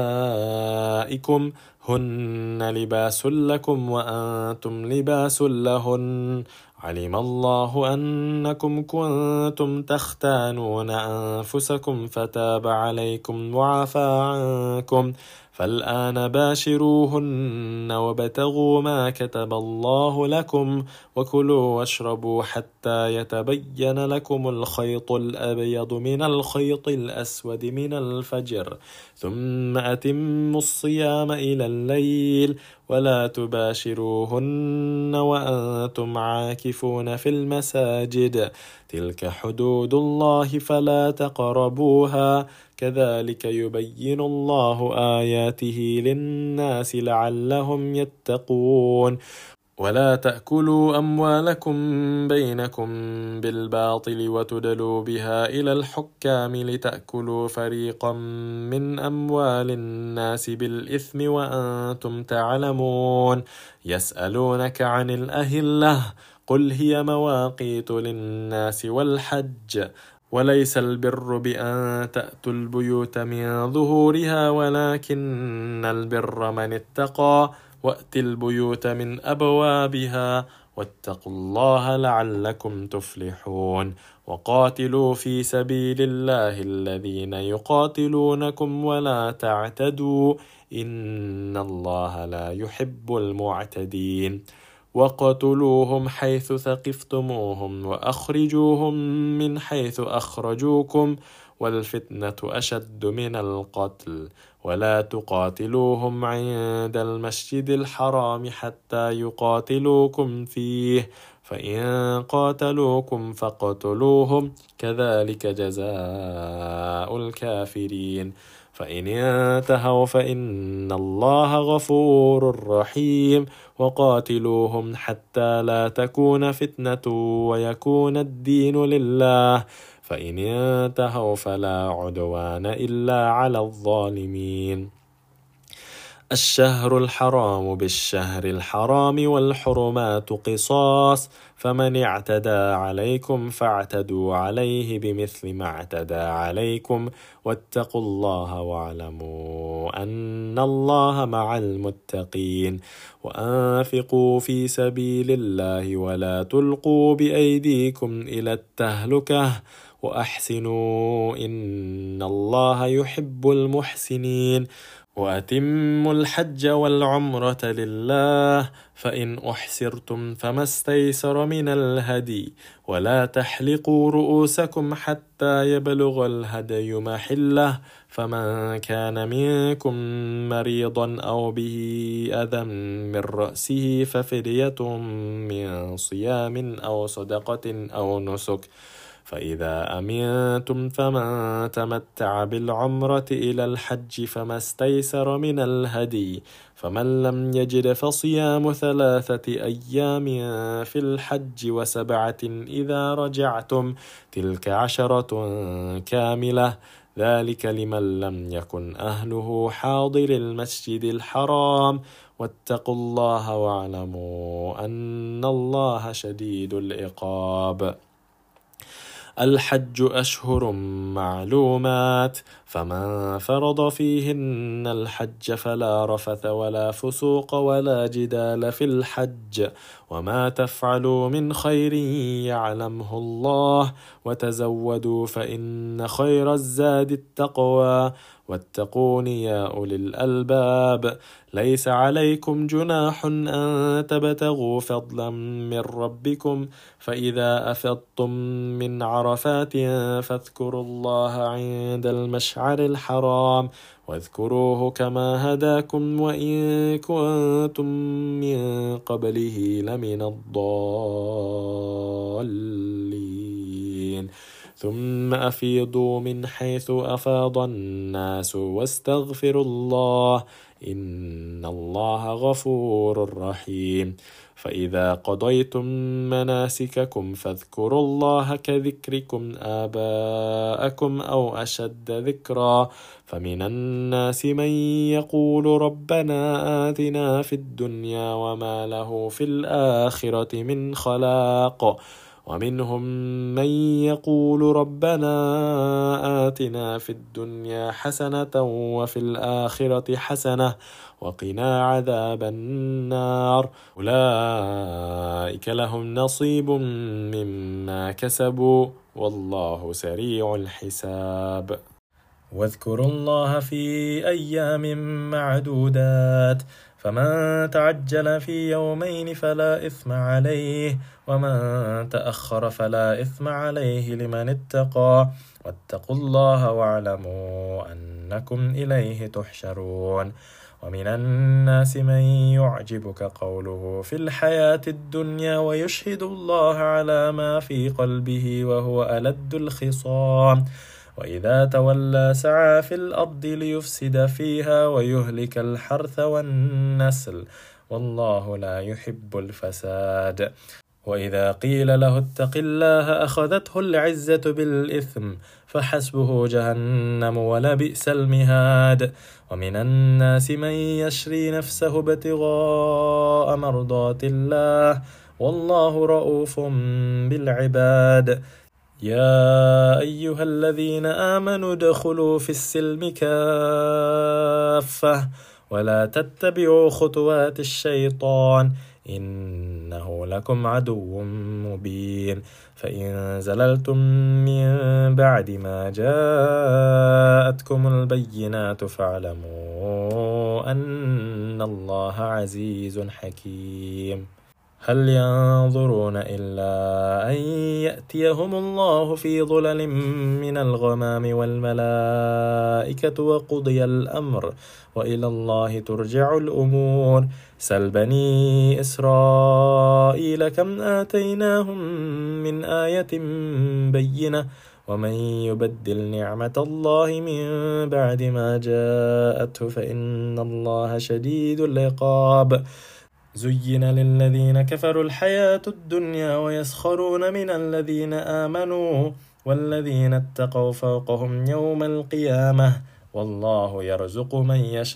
S1: نسائكم هن لباس لكم وأنتم لباس لهن علم الله أنكم كنتم تختانون أنفسكم فتاب عليكم وعفى عنكم فالآن باشروهن وابتغوا ما كتب الله لكم وكلوا واشربوا حتى يتبين لكم الخيط الأبيض من الخيط الأسود من الفجر ثم أتموا الصيام إلى الليل ولا تباشروهن وأنتم عاكفون في المساجد تلك حدود الله فلا تقربوها كذلك يبين الله آياته للناس لعلهم يتقون ولا تأكلوا أموالكم بينكم بالباطل وتدلوا بها إلى الحكام لتأكلوا فريقا من أموال الناس بالإثم وأنتم تعلمون يسألونك عن الأهلة قل هي مواقيت للناس والحج وليس البر بأن تأتوا البيوت من ظهورها ولكن البر من اتقى وأت البيوت من أبوابها واتقوا الله لعلكم تفلحون وقاتلوا في سبيل الله الذين يقاتلونكم ولا تعتدوا إن الله لا يحب المعتدين وقتلوهم حيث ثقفتموهم وأخرجوهم من حيث أخرجوكم والفتنة أشد من القتل ولا تقاتلوهم عند المسجد الحرام حتى يقاتلوكم فيه فإن قاتلوكم فاقتلوهم كذلك جزاء الكافرين فإن انتهوا فإن الله غفور رحيم وقاتلوهم حتى لا تكون فتنة ويكون الدين لله فإن انتهوا فلا عدوان إلا على الظالمين الشهر الحرام بالشهر الحرام والحرمات قصاص فمن اعتدى عليكم فاعتدوا عليه بمثل ما اعتدى عليكم واتقوا الله واعلموا أن الله مع المتقين وأنفقوا في سبيل الله ولا تلقوا بأيديكم إلى التهلكة وأحسنوا إن الله يحب المحسنين وأتموا الحج والعمرة لله فإن أحسرتم فما استيسر من الهدي ولا تحلقوا رؤوسكم حتى يبلغ الهدي محله فمن كان منكم مريضا أو به أذى من رأسه ففدية من صيام أو صدقة أو نسك فإذا أمنتم فمن تمتع بالعمرة إلى الحج فما استيسر من الهدي فمن لم يجد فصيام ثلاثة أيام في الحج وسبعة إذا رجعتم تلك عشرة كاملة ذلك لمن لم يكن أهله حاضر المسجد الحرام واتقوا الله واعلموا أن الله شديد العقاب. الحج أشهر معلومات، فمن فرض فيهن الحج فلا رفث ولا فسوق ولا جدال في الحج، وما تفعلوا من خير يعلمه الله، وتزودوا فإن خير الزاد التقوى، واتقون يا أولي الألباب. ليس عليكم جناح أن تبتغوا فضلا من ربكم، فإذا أفضتم من عرفات فاذكروا الله عند المشعر الحرام، واذكروه كما هداكم وإن كنتم من قبله لمن الضالين. ثم أفيضوا من حيث أفاض الناس واستغفروا الله إن الله غفور رحيم. فإذا قضيتم مناسككم فاذكروا الله كذكركم آباءكم أو أشد ذكرا. فمن الناس من يقول ربنا آتنا في الدنيا وما له في الآخرة من خلاق، ومنهم من يقول ربنا آتنا في الدنيا حسنة وفي الآخرة حسنة وقنا عذاب النار. أولئك لهم نصيب مما كسبوا والله سريع الحساب. واذكروا الله في أيام معدودات، فمن تعجل في يومين فلا إثم عليه، ومن تأخر فلا إثم عليه لمن اتقى، واتقوا الله واعلموا أنكم إليه تحشرون. ومن الناس من يعجبك قوله في الحياة الدنيا ويشهد الله على ما في قلبه وهو ألد الخصام، وإذا تولى سعى في الأرض ليفسد فيها ويهلك الحرث والنسل والله لا يحب الفساد. وإذا قيل له اتق الله أخذته العزة بالإثم فحسبه جهنم ولبئس المهاد. ومن الناس من يشري نفسه ابتغاء مرضات الله والله رؤوف بالعباد. يا أيها الذين آمنوا ادخلوا في السلم كافة ولا تتبعوا خطوات الشيطان إنه لكم عدو مبين. فإن زللتم من بعد ما جاءتكم البينات فاعلموا أن الله عزيز حكيم. هل ينظرون إلا أن يأتيهم الله في ظلل من الغمام والملائكة وقضي الأمر وإلى الله ترجع الأمور. سل بني إسرائيل كم آتيناهم من آية بينة ومن يبدل نعمة الله من بعد ما جاءته فإن الله شديد العقاب. زين للذين كفروا الحياة الدنيا ويسخرون من الذين آمنوا والذين اتقوا فوقهم يوم القيامة والله يرزق من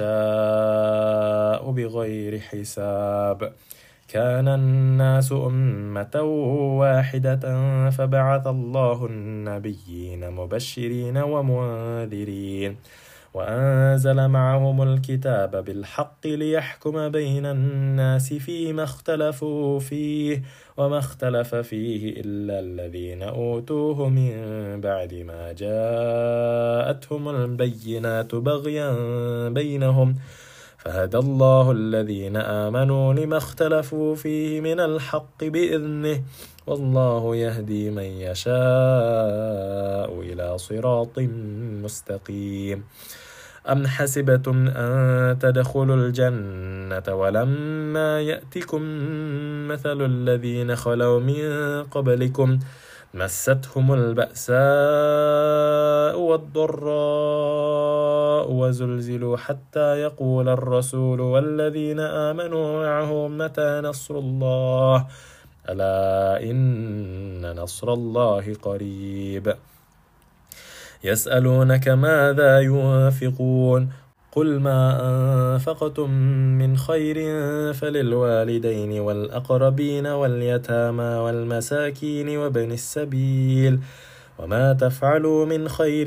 S1: يشاء بغير حساب. كان الناس أمة واحدة فبعث الله النبيين مبشرين ومنذرين وأنزل معهم الكتاب بالحق ليحكم بين الناس فيما اختلفوا فيه وما اختلف فيه إلا الذين أوتوه من بعد ما جاءتهم البينات بغيا بينهم فهدى الله الذين آمنوا لما اختلفوا فيه من الحق بإذنه والله يهدي من يشاء إلى صراط مستقيم. أم حسبتم أن تدخلوا الجنة ولما يأتكم مثل الذين خلوا من قبلكم مستهم البأساء والضراء وزلزلوا حتى يقول الرسول والذين آمنوا معه متى نصر الله ألا إن نصر الله قريب. يسألونك ماذا ينفقون قل ما أنفقتم من خير فللوالدين والأقربين واليتامى والمساكين وابن السبيل وما تفعلوا من خير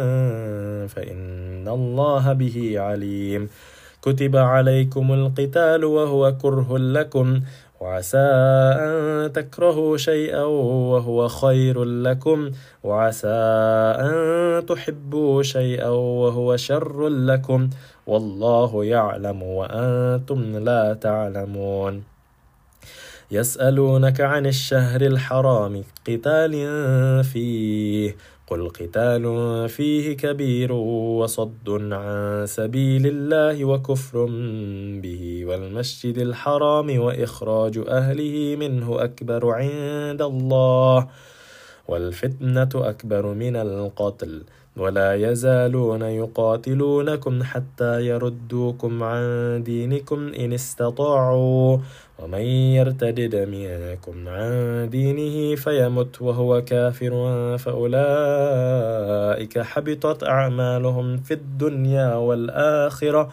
S1: فإن الله به عليم كتب عليكم القتال وهو كره لكم وعسى أن تكرهوا شيئا وهو خير لكم وعسى أن تحبوا شيئا وهو شر لكم والله يعلم وأنتم لا تعلمون يسألونك عن الشهر الحرام قتال فيه قل قتال فيه كبير وصد عن سبيل الله وكفر به والمسجد الحرام وإخراج أهله منه أكبر عند الله والفتنة أكبر من القتل ولا يزالون يقاتلونكم حتى يردوكم عن دينكم إن استطاعوا ومن يرتدد منكم عن دينه فيمت وهو كافر فأولئك حبطت أعمالهم في الدنيا والآخرة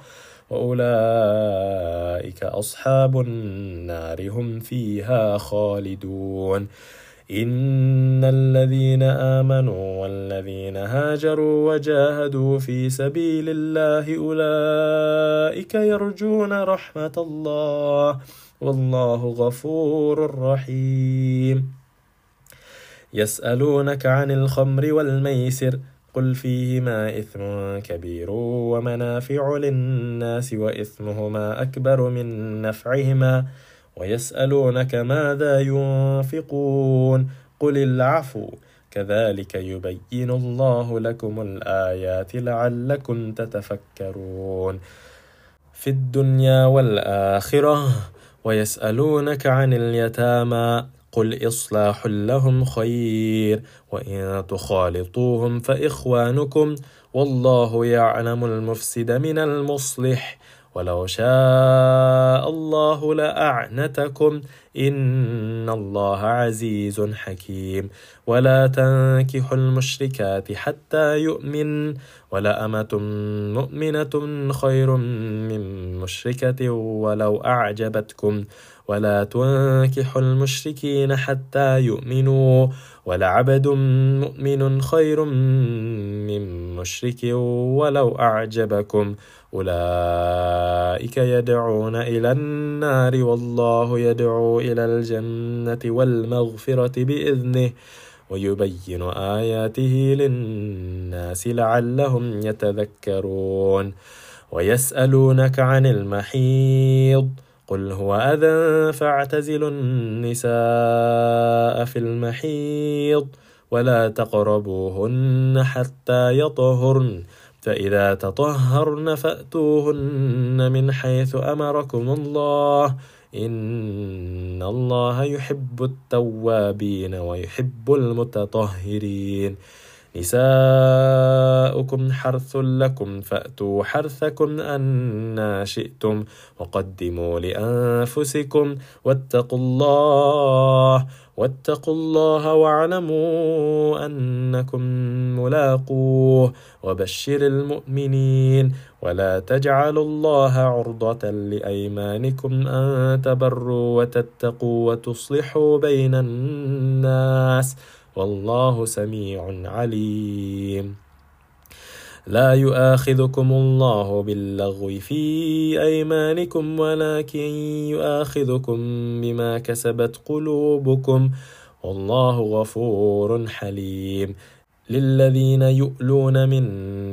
S1: وأولئك أصحاب النار هم فيها خالدون إن الذين آمنوا والذين هاجروا وجاهدوا في سبيل الله أولئك يرجون رحمة الله والله غفور رحيم يسألونك عن الخمر والميسر قل فيهما إثم كبير ومنافع للناس وإثمهما أكبر من نفعهما ويسألونك ماذا ينفقون قل العفو كذلك يبين الله لكم الآيات لعلكم تتفكرون في الدنيا والآخرة ويسألونك عن اليتامى قل إصلاح لهم خير وإن تخالطوهم فإخوانكم والله يعلم المفسد من المصلح ولو شاء الله لأعنتكم إن الله عزيز حكيم ولا تنكحوا المشركات حتى يؤمن ولأمة مؤمنة خير من مشركة ولو أعجبتكم ولا تنكحوا المشركين حتى يؤمنوا ولعبد مؤمن خير من مشرك ولو أعجبكم أولئك يدعون إلى النار والله يدعو إلى الجنة والمغفرة بإذنه ويبين آياته للناس لعلهم يتذكرون ويسألونك عن المحيض قل هو أذى فاعتزلوا النساء في المحيض ولا تقربوهن حتى يطهرن فإذا تطهرن فأتوهن من حيث أمركم الله إن الله يحب التوابين ويحب المتطهرين نساؤكم حرث لكم فأتوا حرثكم أنى شئتم وقدموا لأنفسكم واتقوا الله واتقوا الله واعلموا أنكم ملاقوه وبشر المؤمنين ولا تجعلوا الله عرضة لأيمانكم أن تبروا وتتقوا وتصلحوا بين الناس والله سميع عليم لا يؤاخذكم الله باللغو في أيمانكم ولكن يؤاخذكم بما كسبت قلوبكم والله غفور حليم للذين يؤلون من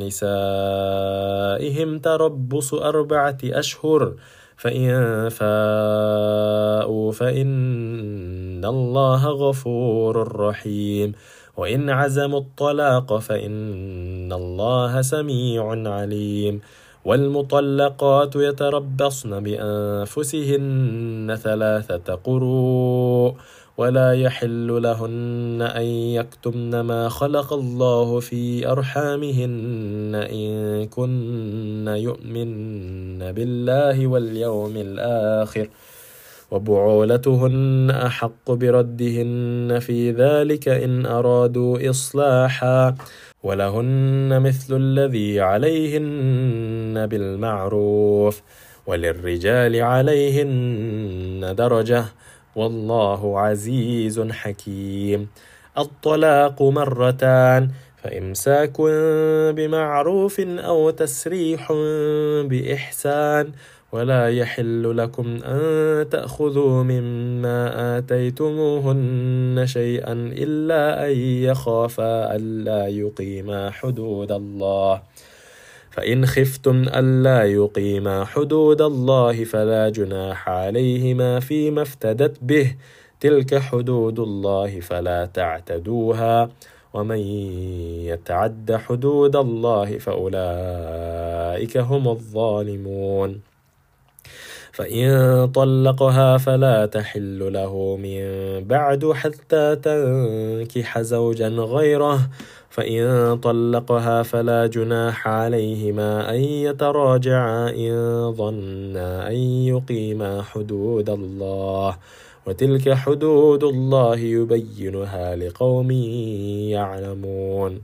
S1: نسائهم تربص أربعة أشهر فإن فاءوا فإن الله غفور رحيم وإن عزموا الطلاق فإن الله سميع عليم والمطلقات يتربصن بأنفسهن ثلاثة قروء ولا يحل لهن أن يكتمن ما خلق الله في أرحامهن إن كن يؤمن بالله واليوم الآخر وبعولتهن أحق بردهن في ذلك إن أرادوا إصلاحا ولهن مثل الذي عليهن بالمعروف وللرجال عليهن درجة والله عزيز حكيم. الطلاق مرتان فإمساك بمعروف أو تسريح بإحسان ولا يحل لكم أن تأخذوا مما آتيتموهن شيئا إلا أن يخافا ألا يقيما حدود الله فإن خفتم ألا يقيما حدود الله فلا جناح عليهما فيما افتدت به تلك حدود الله فلا تعتدوها ومن يتعد حدود الله فأولئك هم الظالمون. فإن طلقها فلا تحل له من بعد حتى تنكح زوجا غيره فإن طلقها فلا جناح عليهما أن يتراجعا إن ظنا أن يقيما حدود الله وتلك حدود الله يبينها لقوم يعلمون.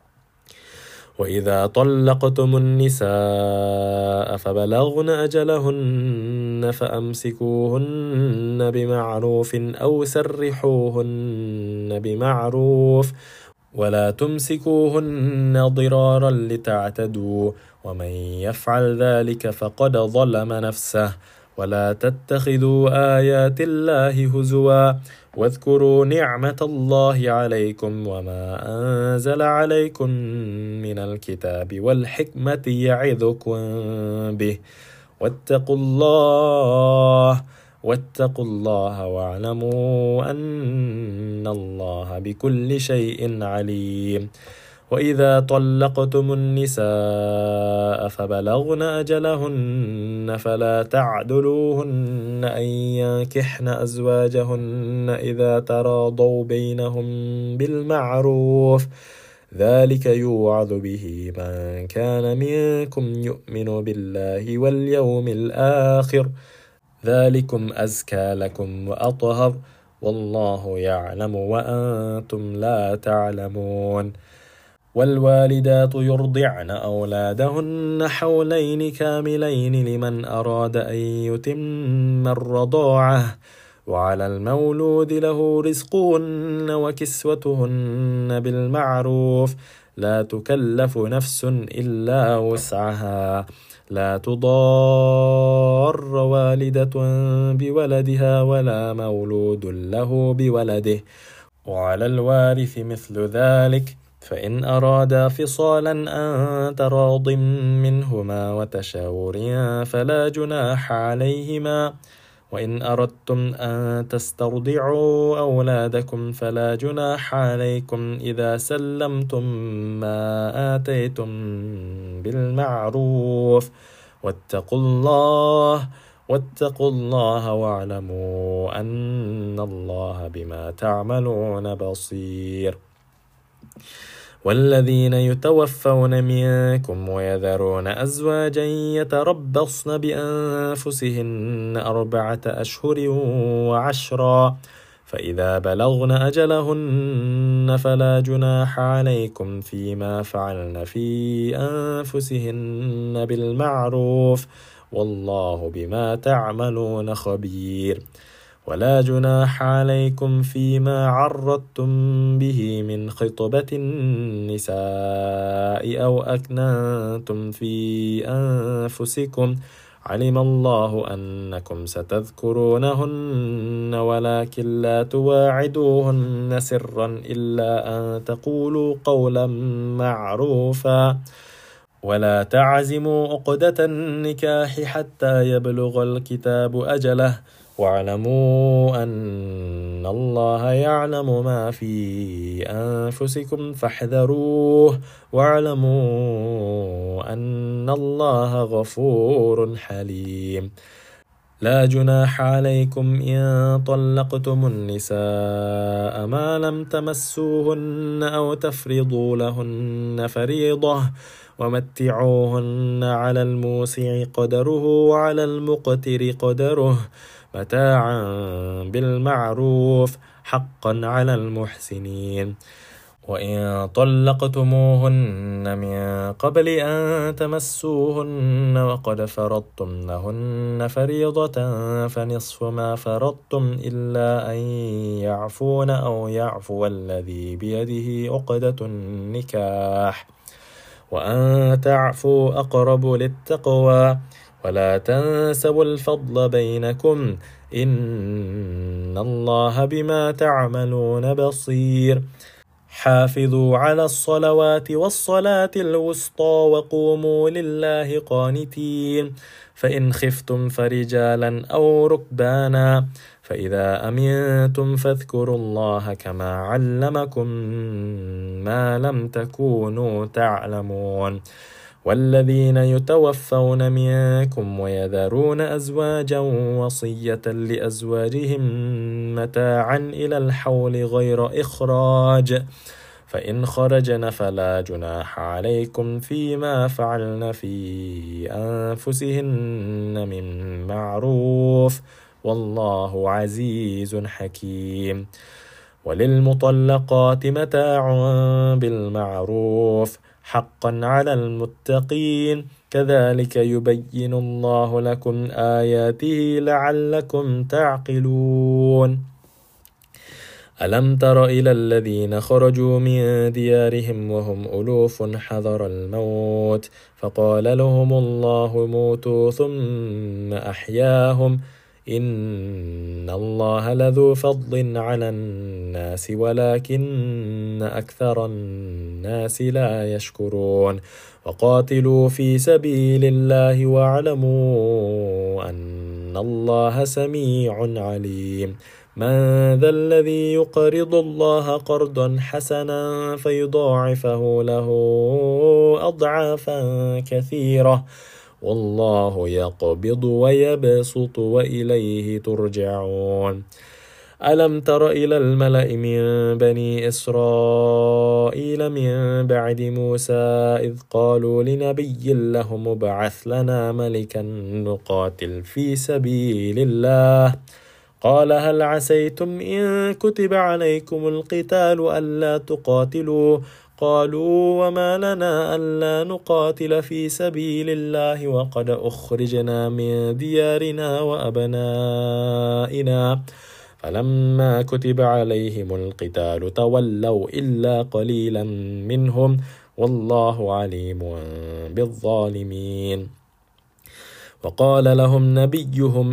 S1: وإذا طلقتم النساء فبلغن أجلهن فأمسكوهن بمعروف أو سرحوهن بمعروف ولا تمسكوهن ضرارا لتعتدوا ومن يفعل ذلك فقد ظلم نفسه. ولا تتخذوا آيات الله هزوا واذكروا نعمة الله عليكم وما أنزل عليكم من الكتاب والحكمة يعظكم به واتقوا الله واتقوا الله واعلموا أن الله بكل شيء عليم. وإذا طلقتم النساء فبلغن أجلهن فلا تعدلوهن أن ينكحن أزواجهن إذا تراضوا بينهم بالمعروف ذلك يوعظ به من كان منكم يؤمن بالله واليوم الآخر ذلكم أزكى لكم وأطهر والله يعلم وأنتم لا تعلمون. والوالدات يرضعن أولادهن حولين كاملين لمن أراد أن يتم الرضاعة وعلى المولود له رزقهن وكسوتهن بالمعروف لا تكلف نفس إلا وسعها لا تضار والدة بولدها ولا مولود له بولده وعلى الوارث مثل ذلك فإن أرادا فصالا عن تراض منهما وتشاور فلا جناح عليهما. وإن أردتم أن تسترضعوا أولادكم فلا جناح عليكم إذا سلمتم ما آتيتم بالمعروف واتقوا الله واتقوا الله واعلموا أن الله بما تعملون بصير. والذين يتوفون منكم ويذرون أزواجا يتربصن بأنفسهن أربعة أشهر وعشرا فإذا بلغن أجلهن فلا جناح عليكم فيما فعلن في أنفسهن بالمعروف والله بما تعملون خبير. ولا جناح عليكم فيما عرضتم به من خطبة النساء أو أكننتم في أنفسكم علم الله أنكم ستذكرونهن ولكن لا تواعدوهن سرا إلا أن تقولوا قولا معروفا ولا تعزموا عقدة النكاح حتى يبلغ الكتاب أجله واعلموا أن الله يعلم ما في أنفسكم فاحذروه واعلموا أن الله غفور حليم. لا جناح عليكم إن طلقتم النساء ما لم تمسوهن أو تفرضوا لهن فريضة ومتعوهن على الموسع قدره وعلى المقتر قدره متاعا بالمعروف حقا على المحسنين. وإن طلقتموهن من قبل أن تمسوهن وقد فرضتم لهن فريضة فنصف ما فرضتم إلا أن يعفون أو يعفو الذي بيده عقدة النكاح وأن تعفوا أقرب للتقوى ولا تنسوا الفضل بينكم إن الله بما تعملون بصير. حافظوا على الصلوات والصلاة الوسطى وقوموا لله قانتين. فإن خفتم فرجالا أو ركبانا فإذا أمنتم فاذكروا الله كما علمكم ما لم تكونوا تعلمون. والذين يتوفون منكم ويذرون أزواجا وصية لأزواجهم متاعا إلى الحول غير إخراج فإن خرجن فلا جناح عليكم فيما فعلن في أنفسهن من معروف والله عزيز حكيم. وللمطلقات متاع بالمعروف حقا على المتقين كذلك يبين الله لكم آياته لعلكم تعقلون. ألم تر إلى الذين خرجوا من ديارهم وهم ألوف حذر الموت فقال لهم الله موتوا ثم أحياهم إن الله لذو فضل على الناس ولكن أكثر الناس لا يشكرون. وقاتلوا في سبيل الله واعلموا أن الله سميع عليم. من ذا الذي يقرض الله قرضا حسنا فيضاعفه له أضعافا كثيرة والله يقبض ويبسط وإليه ترجعون. ألم تر إلى الملأ من بني إسرائيل من بعد موسى إذ قالوا لنبي لهم ابعث لنا ملكا نقاتل في سبيل الله قال هل عسيتم إن كتب عليكم القتال ألا تقاتلوا قالوا وما لنا ألا نقاتل في سبيل الله وقد أخرجنا من ديارنا وأبنائنا فلما كتب عليهم القتال تولوا إلا قليلا منهم والله عليم بالظالمين. وقال لهم نبيهم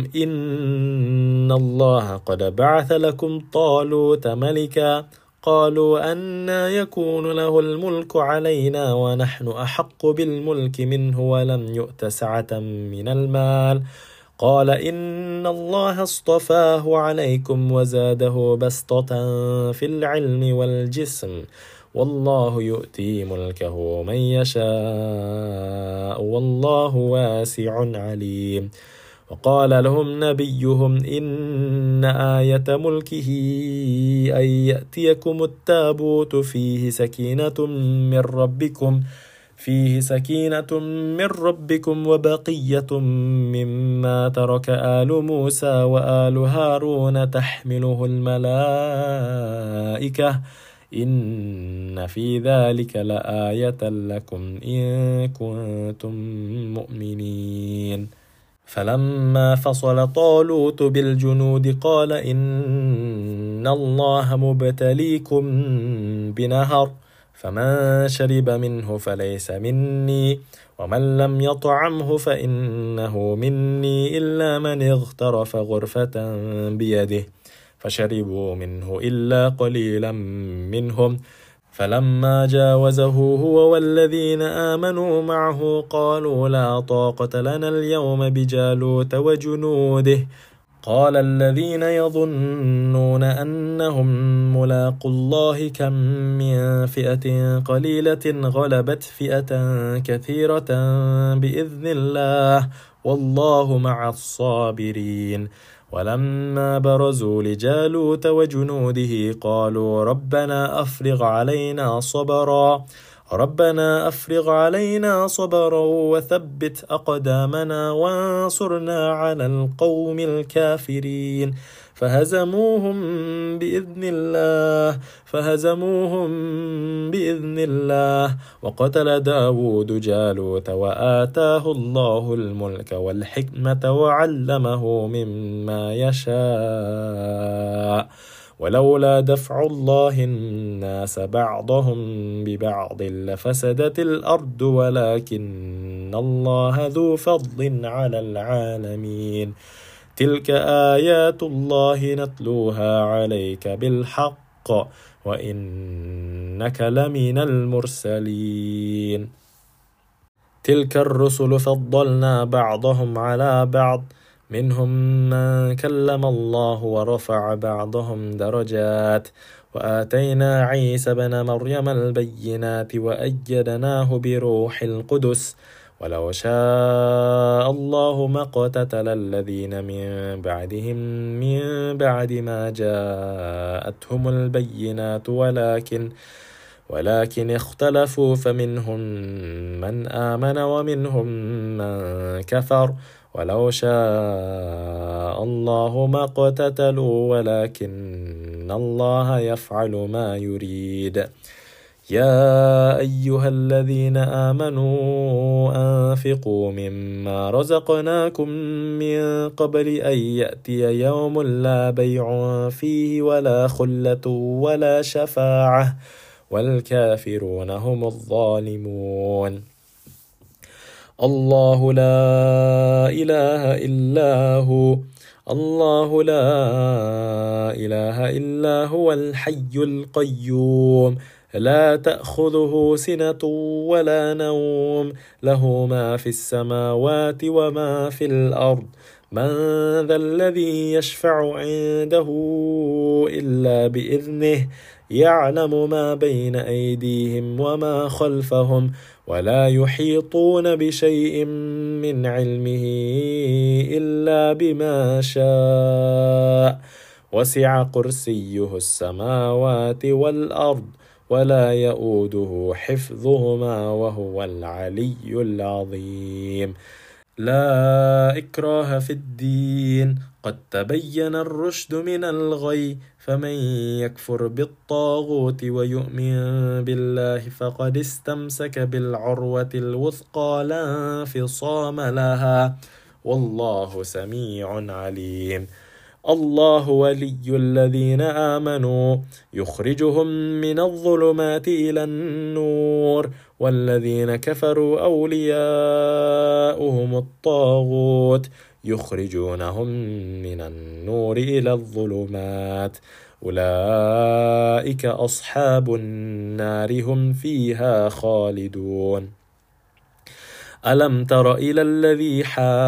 S1: إن الله قد بعث لكم طالوت ملكا قالوا أنى يكون له الملك علينا ونحن أحق بالملك منه ولم يؤت سعة من المال قال إن الله اصطفاه عليكم وزاده بسطة في العلم والجسم والله يؤتي ملكه من يشاء والله واسع عليم. وقال لهم نبيهم إن آية ملكه أن يأتيكم التابوت فيه سكينة من ربكم فيه سكينة من ربكم وبقية مما ترك آل موسى وآل هارون تحمله الملائكة إن في ذلك لآية لكم إن كنتم مؤمنين. فلما فصل طالوت بالجنود قال إن الله مبتليكم بنهر فمن شرب منه فليس مني ومن لم يطعمه فإنه مني إلا من اغترف غرفة بيده فشربوا منه إلا قليلا منهم فلما جاوزه هو والذين آمنوا معه قالوا لا طاقة لنا اليوم بجالوت وجنوده قال الذين يظنون أنهم ملاقوا الله كم من فئة قليلة غلبت فئة كثيرة بإذن الله والله مع الصابرين. ولما برزوا لجالوت وجنوده قالوا ربنا أفرغ علينا صبرا ربنا أفرغ علينا صبرا وثبت أقدامنا وانصرنا على القوم الكافرين فهزموهم بإذن الله فهزموهم بإذن الله وقتل داود جالوت وآتاه الله الملك والحكمة وعلمه مما يشاء ولولا دفع الله الناس بعضهم ببعض لفسدت الأرض ولكن الله ذو فضل على العالمين تلك آيات الله نتلوها عليك بالحق وإنك لمن المرسلين تلك الرسل فضلنا بعضهم على بعض منهم من كلم الله ورفع بعضهم درجات وآتينا عيسى بن مريم البينات وأيدناه بروح القدس ولو شاء الله ما اقتتل الذين من بعدهم من بعد ما جاءتهم البينات ولكن ولكن اختلفوا فمنهم من آمن ومنهم من كفر ولو شاء الله ما اقتتلوا ولكن الله يفعل ما يريد يا أيها الذين آمنوا أنفقوا مما رزقناكم من قبل أن يأتي يوم لا بيع فيه ولا خلة ولا شفاعة والكافرون هم الظالمون الله لا إله إلا هو الله لا إله إلا هو الحي القيوم لا تأخذه سنة ولا نوم له ما في السماوات وما في الأرض من ذا الذي يشفع عنده إلا بإذنه يعلم ما بين أيديهم وما خلفهم ولا يحيطون بشيء من علمه إلا بما شاء وسع كرسيه السماوات والأرض ولا يؤوده حفظهما وهو العلي العظيم لا إكراه في الدين قد تبين الرشد من الغي فمن يكفر بالطاغوت ويؤمن بالله فقد استمسك بالعروة الوثقى لا انفصام لها والله سميع عليم الله ولي الذين آمنوا يخرجهم من الظلمات إلى النور والذين كفروا أولياؤهم الطاغوت يخرجونهم من النور إلى الظلمات أولئك أصحاب النار هم فيها خالدون ألم تر إلى الذي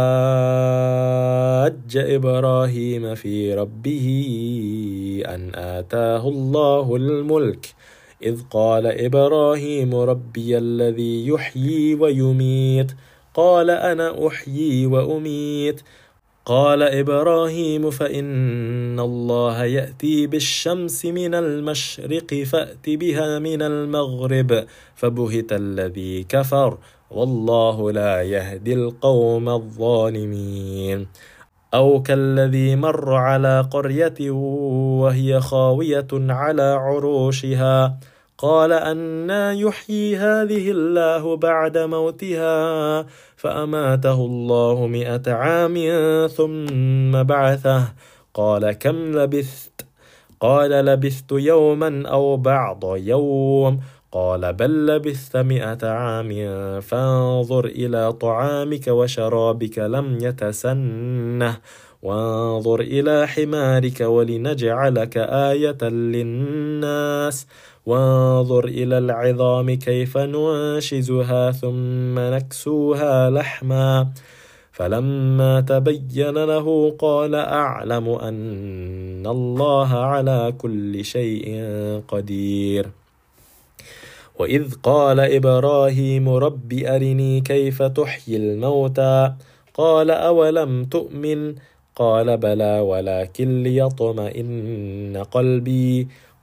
S1: حاج إبراهيم في ربه أن آتاه الله الملك إذ قال إبراهيم ربي الذي يحيي ويميت قال أنا أحيي وأميت قال إبراهيم فإن الله يأتي بالشمس من المشرق فأت بها من المغرب فبهت الذي كفر والله لا يهدي القوم الظالمين أو كالذي مر على قرية وهي خاوية على عروشها قال أنى يحيي هذه الله بعد موتها فأماته الله مئة عام ثم بعثه قال كم لبثت قال لبثت يوما أو بعض يوم قال بل لبثت مئة عام فانظر إلى طعامك وشرابك لم يتسنه وانظر إلى حمارك ولنجعلك آية للناس وانظر إلى العظام كيف ننشزها ثم نكسوها لحما فلما تبين له قال أعلم أن الله على كل شيء قدير وإذ قال إبراهيم رب أرني كيف تحيي الموتى قال أولم تؤمن قال بلى ولكن ليطمئن قلبي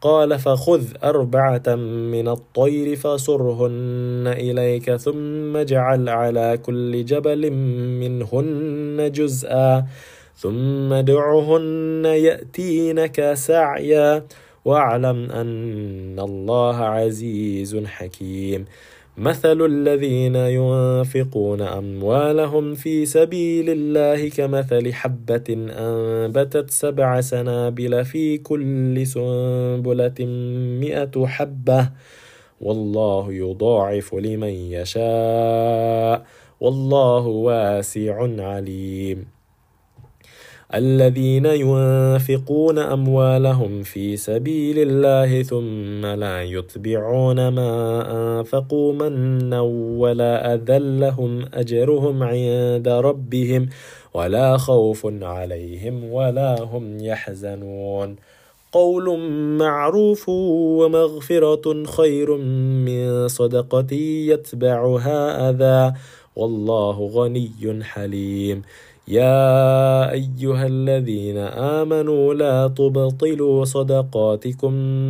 S1: قال فخذ أربعة من الطير فصرهن إليك ثم اجعل على كل جبل منهن جزءا ثم ادعهن يأتينك سعيا واعلم أن الله عزيز حكيم. مثل الذين ينفقون أموالهم في سبيل الله كمثل حبة أنبتت سبع سنابل في كل سنبلة مئة حبة والله يضاعف لمن يشاء والله واسع عليم. الذين ينفقون أموالهم في سبيل الله ثم لا يتبعون ما أنفقوا منا ولا أذى لهم أجرهم عند ربهم ولا خوف عليهم ولا هم يحزنون. قول معروف ومغفرة خير من صدقة يتبعها أذى والله غني حليم. يا أيها الذين آمنوا لا تبطلوا صدقاتكم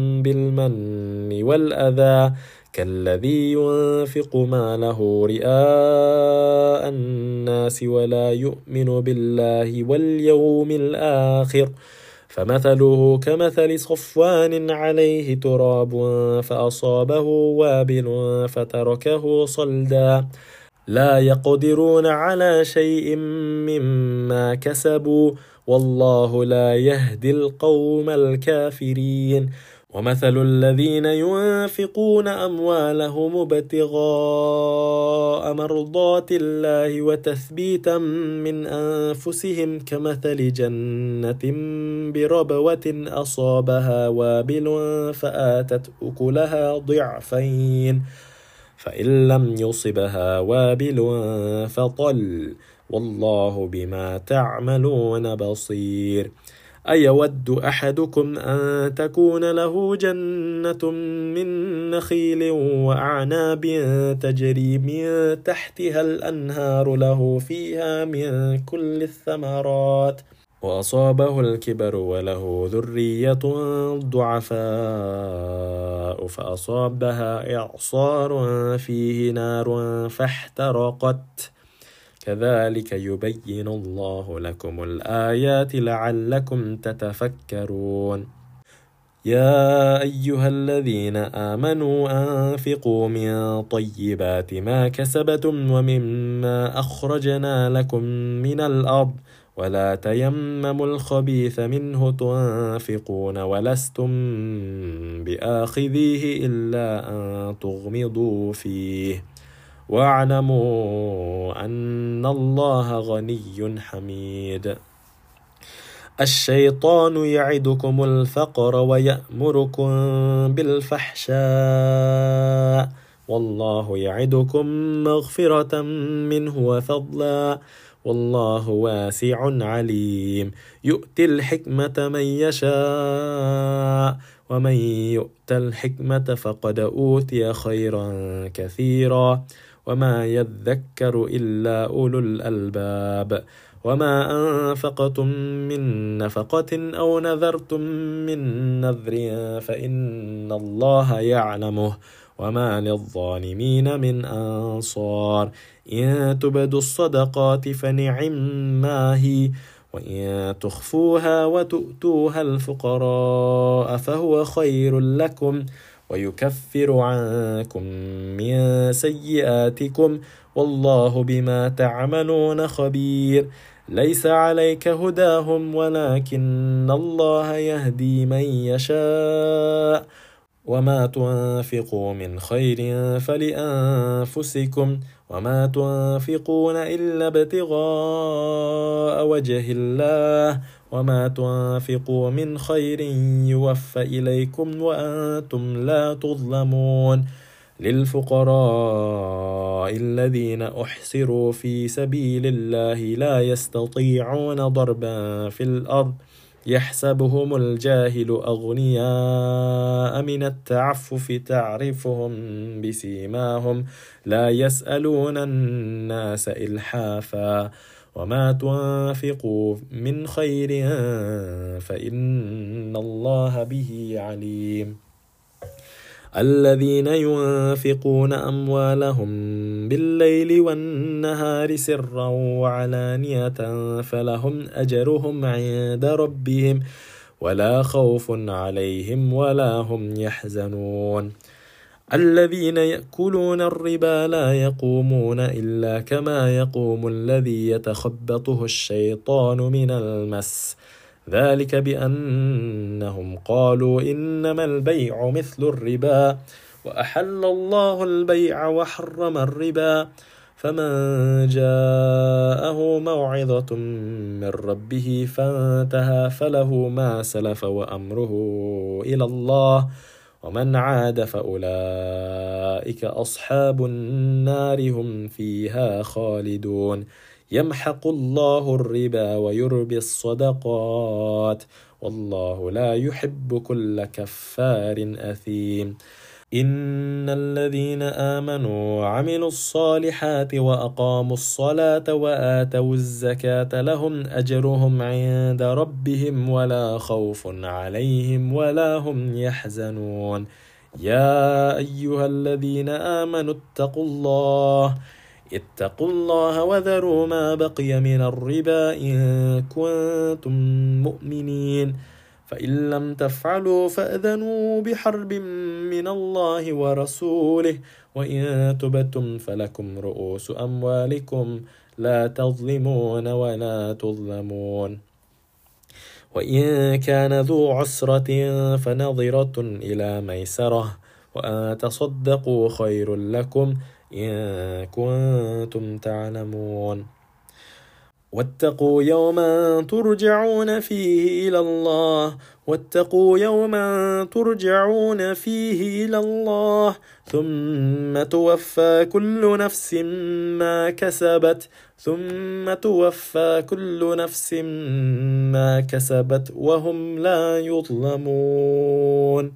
S1: بالمن والأذى كالذي ينفق ماله رئاء الناس ولا يؤمن بالله واليوم الآخر فمثله كمثل صفوان عليه تراب فأصابه وابل فتركه صلدا لا يقدرون على شيء مما كسبوا والله لا يهدي القوم الكافرين. ومثل الذين ينفقون أموالهم ابتغاء مرضات الله وتثبيتا من أنفسهم كمثل جنة بربوة أصابها وابل فآتت أكلها ضعفين فإن لم يصبها وابل فطل والله بما تعملون بصير. أيود أحدكم أن تكون له جنة من نخيل وأعناب تجري من تحتها الأنهار له فيها من كل الثمرات وأصابه الكبر وله ذرية ضعفاء فأصابها إعصار فيه نار فاحترقت كذلك يبين الله لكم الآيات لعلكم تتفكرون. يا أيها الذين آمنوا أنفقوا من طيبات ما كسبتم ومما أخرجنا لكم من الأرض ولا تيمموا الخبيث منه تنفقون ولستم بآخذيه إلا أن تغمضوا فيه واعلموا أن الله غني حميد. الشيطان يعدكم الفقر ويأمركم بالفحشاء والله يعدكم مغفرة منه وفضلا والله واسع عليم. يؤتي الحكمة من يشاء ومن يؤت الحكمة فقد أوتي خيرا كثيرا وما يذكر إلا أولو الألباب. وما أنفقتم من نفقة أو نذرتم من نذر فإن الله يعلمه وما للظالمين من أنصار. إن تبدوا الصدقات فنعما هي وإن تخفوها وتؤتوها الفقراء فهو خير لكم ويكفر عنكم من سيئاتكم والله بما تعملون خبير. ليس عليك هداهم ولكن الله يهدي من يشاء وما تنفقوا من خير فلأنفسكم وما تنفقون إلا ابتغاء وجه الله وما تنفقوا من خير يوفى إليكم وأنتم لا تظلمون. للفقراء الذين أحصروا في سبيل الله لا يستطيعون ضربا في الأرض يحسبهم الجاهل أغنياء من التعفف تعرفهم بسيماهم لا يسألون الناس إلحافا وما تنفقوا من خير فإن الله به عليم الذين ينفقون أموالهم بالليل والنهار سرا وعلانية فلهم أجرهم عند ربهم ولا خوف عليهم ولا هم يحزنون الذين يأكلون الربا لا يقومون إلا كما يقوم الذي يتخبطه الشيطان من المس ذلك بأنهم قالوا إنما البيع مثل الربا وأحل الله البيع وحرم الربا فمن جاءه موعظة من ربه فانتهى فله ما سلف وأمره إلى الله ومن عاد فأولئك أصحاب النار هم فيها خالدون يمحق الله الربا ويربي الصدقات والله لا يحب كل كفار أثيم إن الذين آمنوا وعملوا الصالحات وأقاموا الصلاة وآتوا الزكاة لهم أجرهم عند ربهم ولا خوف عليهم ولا هم يحزنون يا أيها الذين آمنوا اتقوا الله اتقوا الله وذروا ما بقي من الربا إن كنتم مؤمنين فإن لم تفعلوا فأذنوا بحرب من الله ورسوله وإن تبتم فلكم رؤوس أموالكم لا تظلمون ولا تظلمون وإن كان ذو عسرة فنظرة إلى ميسرة وأن تصدقوا خير لكم إن كنتم تعلمون واتقوا يوما ترجعون فيه إلى الله واتقوا يوما ترجعون فيه إلى الله ثم توفى كل نفس ما كسبت ثم توفى كل نفس ما كسبت وهم لا يظلمون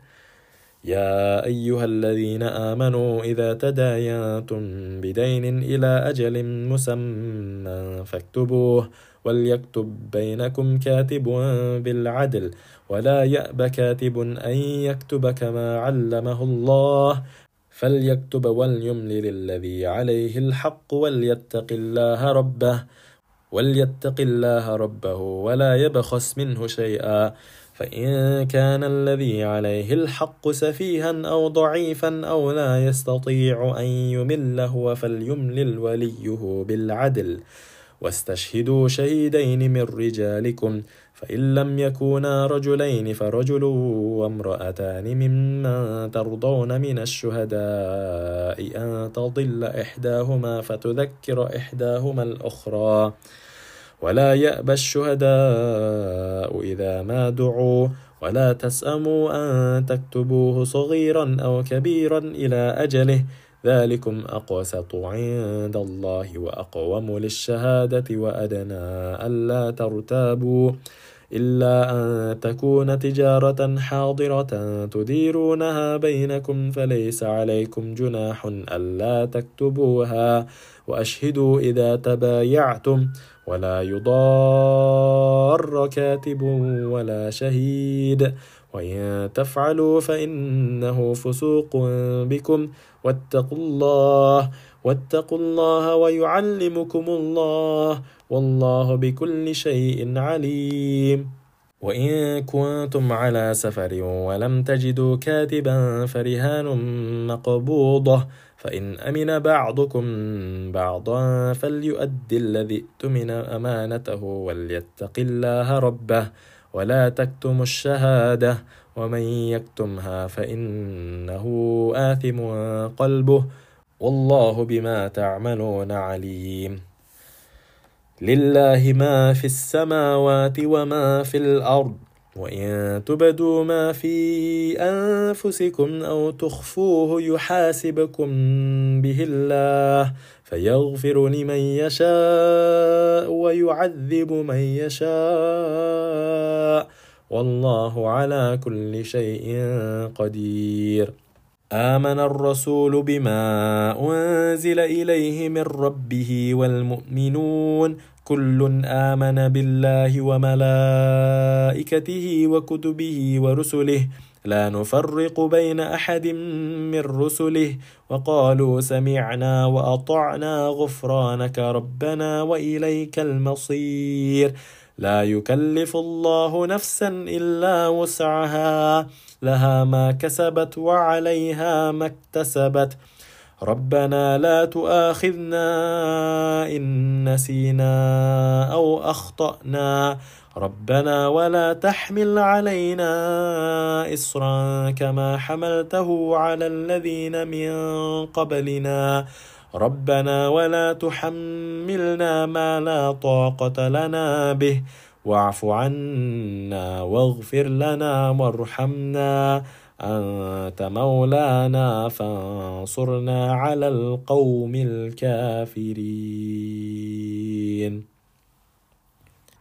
S1: يا أيها الذين آمنوا إذا تداينتم بدين إلى أجل مسمى فاكتبوه وليكتب بينكم كاتب بالعدل ولا يأب كاتب أن يكتب كما علمه الله فليكتب وليملل الذي عليه الحق وليتق الله ربه وليتق الله ربه ولا يبخس منه شيئا فإن كان الذي عليه الحق سفيها أو ضعيفا أو لا يستطيع أن يمل هو فليملل وليه بالعدل واستشهدوا شهيدين من رجالكم فإن لم يكونا رجلين فرجل وامرأتان ممن ترضون من الشهداء أن تضل إحداهما فتذكر إحداهما الأخرى ولا يأبى الشهداء إذا ما دعوا ولا تسأموا أن تكتبوه صغيرا أو كبيرا إلى أجله ذلكم أقسط عند الله وأقوم للشهادة وأدنى ألا ترتابوا إلا أن تكون تجارة حاضرة تديرونها بينكم فليس عليكم جناح ألا تكتبوها وأشهدوا إذا تبايعتم ولا يضار كاتب ولا شهيد وإن تفعلوا فإنه فسوق بكم واتقوا الله واتقوا الله ويعلمكم الله والله بكل شيء عليم وإن كنتم على سفر ولم تجدوا كاتبا فرهان مقبوضة فإن أمن بعضكم بعضا فليؤدي الذي ائتمن أمانته وليتق الله ربه ولا تكتموا الشهادة ومن يكتمها فإنه آثم قلبه والله بما تعملون عليم لله ما في السماوات وما في الأرض وإن تبدوا ما في أنفسكم أو تخفوه يحاسبكم به الله فيغفر لمن يشاء ويعذب من يشاء والله على كل شيء قدير آمن الرسول بما أنزل إليه من ربه والمؤمنون كل آمن بالله وملائكته وكتبه ورسله لا نفرق بين أحد من رسله وقالوا سمعنا وأطعنا غفرانك ربنا وإليك المصير لا يكلف الله نفسا إلا وسعها لها ما كسبت وعليها ما اكتسبت ربنا لا تؤاخذنا إن نسينا أو أخطأنا ربنا ولا تحمل علينا إصرا كما حملته على الذين من قبلنا ربنا ولا تحملنا ما لا طاقة لنا به واعف عنا واغفر لنا وارحمنا أنت مولانا فانصرنا على القوم الكافرين.